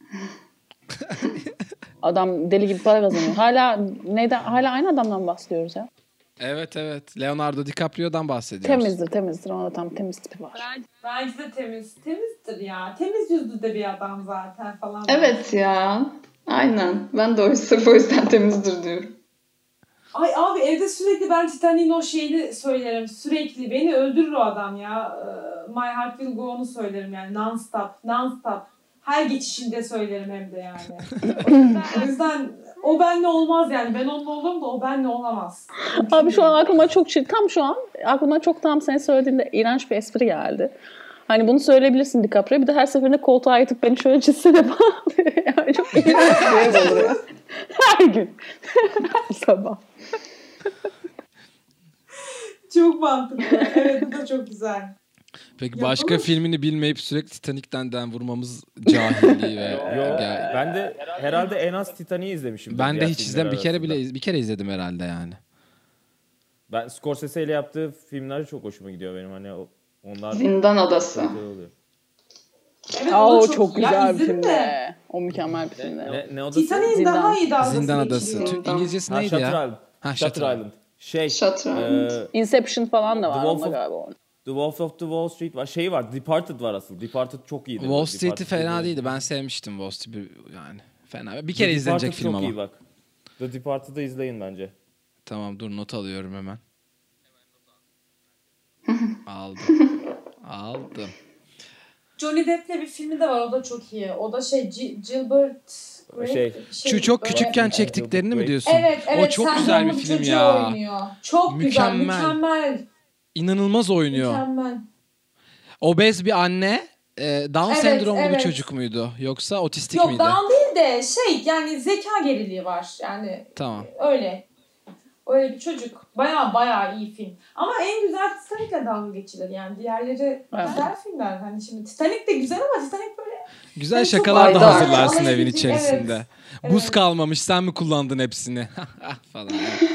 Adam deli gibi para kazanıyor. Hala neyden hala aynı adamdan bahsediyoruz ya. Evet evet. Leonardo DiCaprio'dan bahsediyoruz. Temizdir temizdir. Ona tam temiz tipi var. Bence de temiz. Temizdir ya. Temiz yüzlü de bir adam zaten falan. Evet ya. Aynen. Ben de o sırf o yüzden temizdir diyorum. Ay abi evde sürekli ben Titanic'in o şeyini söylerim. Sürekli beni öldürür o adam ya. Ee, My Heart Will Go On'u söylerim yani. Non stop. Non stop. Her geçişinde söylerim hem de yani. O yüzden, o yüzden o benle olmaz yani. Ben onunla olurum da o benle olamaz. Abi şu an aklıma çok çirkin. Tam şu an aklıma çok tam senin söylediğinde iğrenç bir espri geldi. Hani bunu söyleyebilirsin DiCaprio. Bir de her seferinde koltuğa yatıp beni şöyle çizsene falan diyor. Yani çok iğrenç bir şey olur ya. Her gün. Her sabah. Çok mantıklı. Evet bu da çok güzel. Peki Ya başka bunu- filmini bilmeyip sürekli Titanic'ten den vurmamız cahilliği ve... Yo, Gel- ben de herhalde en az Titanic'i izlemişim. Ben de diğer hiç filmler izledim. Bir kere arasında. bile iz- bir kere izledim herhalde yani. Ben Scorsese ile yaptığı filmler çok hoşuma gidiyor benim. Hani o- onlar Zindan Adası. güzel oluyor. Evet, Aa, da o çok, çok ya güzel bir izledim film de. de. O mükemmel bir film de. Ne, ne odası? Titanic'in Zindan. daha iyi dalgasını Zindan Adası. geçiriyor. Tü- İngilizcesi Ha, neydi Shutter ya? Island. Ha, Shutter Shutter Island. Şey, Shutter Island. e, Inception falan da var The onda Wolf of- galiba. onun. The Wolf of the Wall Street var. Şey var, Departed var asıl. Departed çok iyiydi. Wall Street'i Departed fena çok iyi. değildi. Ben sevmiştim Wall Street'i yani. Fena. Bir The kere izlenecek Departed film çok ama. iyi bak. The Departed'ı izleyin bence. Tamam dur not alıyorum hemen. Aldım. Aldım. Johnny Depp'le bir filmi de var. O da çok iyi. O da şey G- Gilbert Grape, Şey, Şu çok böyle- küçükken çektiklerini mi diyorsun? Evet evet. O çok Sandra güzel bir Bullock film çocuğu ya. Oynuyor. Çok Mükemmel. güzel. Mükemmel. İnanılmaz oynuyor. Mükemmel. Obez bir anne, e, Down Evet, sendromlu bir evet. çocuk muydu? Yoksa otistik Yok miydi? Down değil de şey yani zeka geriliği var. Yani Tamam. öyle. Öyle bir çocuk. Baya baya iyi film. Ama en güzel Titanic'le dalga geçilir. Yani diğerleri Evet. güzel filmler. Hani şimdi Titanic de güzel ama Titanic böyle Güzel Yani çok şakalar da aydar. hazırlarsın Ama evin evet. içerisinde. Evet. Buz kalmamış sen mi kullandın hepsini? falan.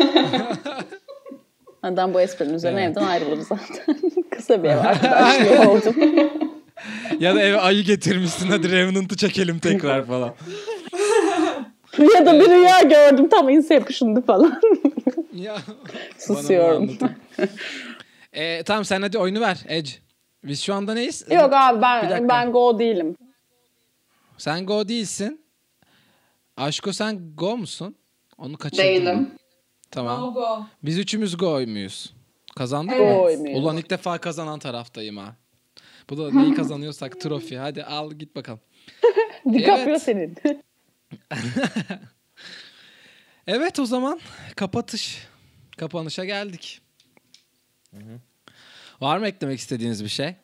Adam bu esprinin üzerine Evet. evden ayrılır zaten. Kısa bir ev arkadaşlığı oldu. Ya da eve ayı getirmişsin hadi Revenant'ı çekelim tekrar falan. Ya da bir rüya gördüm tam Inception'dı falan. Ya, Susuyorum. bana bunu anlatın. e, tamam sen hadi oyunu ver Edge. Biz şu anda neyiz? Yok abi Bir ben dakika. ben go değilim. Sen go değilsin. Aşko sen go musun? Onu kaçırdın. Değilim. mı? Tamam. no go. Biz üçümüz go muyuz? Kazandık Evet. mı? Go muyuz? Ulan ilk defa kazanan taraftayım ha. Bu da neyi kazanıyorsak trofi. Hadi al git bakalım. DiCaprio Evet. senin. Evet o zaman kapatış. Kapanışa geldik. Var mı eklemek istediğiniz bir şey?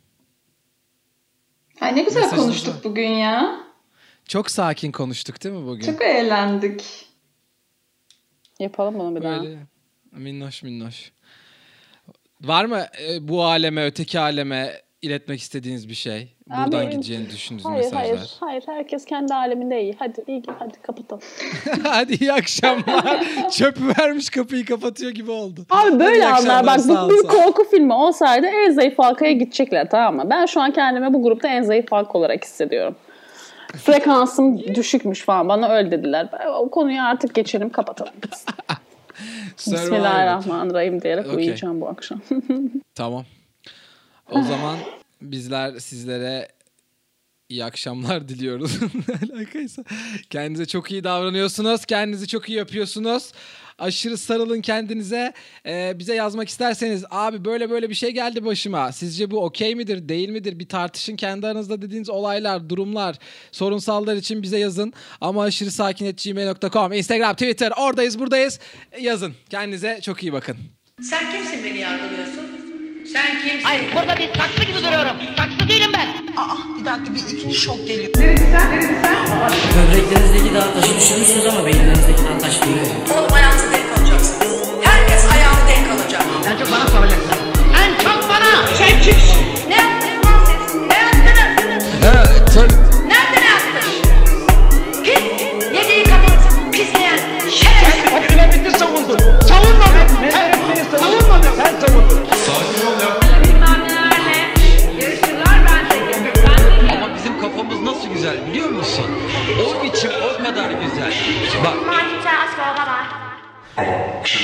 Ay ne güzel Mesajınız konuştuk var. bugün ya. Çok sakin konuştuk değil mi bugün? Çok eğlendik. Yapalım bunu bir daha. Böyle minnoş minnoş. Var mı e, bu aleme, öteki aleme iletmek istediğiniz bir şey? Buradan Abi, gideceğini düşündüğünüz Hayır mesajlar. hayır hayır herkes kendi aleminde iyi. Hadi iyi hadi kapatalım. Hadi iyi akşamlar. Çöpü vermiş kapıyı kapatıyor gibi oldu. Abi böyle İyi akşamlar, anlar bak sağ ol, bu bir sağ ol. korku filmi olsaydı en zayıf halkaya gidecekler tamam mı? Ben şu an kendimi bu grupta en zayıf halk olarak hissediyorum. Frekansım düşükmüş falan bana öyle dediler. Ben o konuyu artık geçelim kapatalım. Survivor. Bismillahirrahmanirrahim diyerek Okey. uyuyacağım bu akşam. Tamam. O zaman bizler sizlere iyi akşamlar diliyoruz. Ne alakaysa. Kendinize çok iyi davranıyorsunuz. Kendinizi çok iyi yapıyorsunuz. Aşırı sarılın kendinize. Ee, bize yazmak isterseniz abi böyle böyle bir şey geldi başıma. Sizce bu okey midir değil midir? Bir tartışın kendi aranızda dediğiniz olaylar, durumlar, sorunsallar için bize yazın. Ama aşırı sakin at gmail nokta com Instagram, Twitter oradayız buradayız. Yazın. Kendinize çok iyi bakın. Sen kimsin beni yargılıyorsun? Sen kimsin? Hayır burada bir saksı gibi duruyorum. Saksı değilim ben. Aa bir dakika bir ikinci şok geliyor. Böbreklerinizdeki daha taşı düşürmüşsünüz ama beyinlerinizdeki daha taş değil. Oğlum ayağınızı denk alacaksınız. Herkes ayağını denk alacak. En çok bana soracaksın. En çok bana. Sen kimsin? Ne yaptınız lan siz? Ne yaptınız? Nerede ne yaptınız? Kim? Yediği kadın pisleyen şerefsiz. O kilometre savundun. Savunmadın. Sen savunmadın. Sen savundun. Bilmem nerede güzel biliyor musun? O biçim o kadar güzel. Bak. Multitask, bye bye.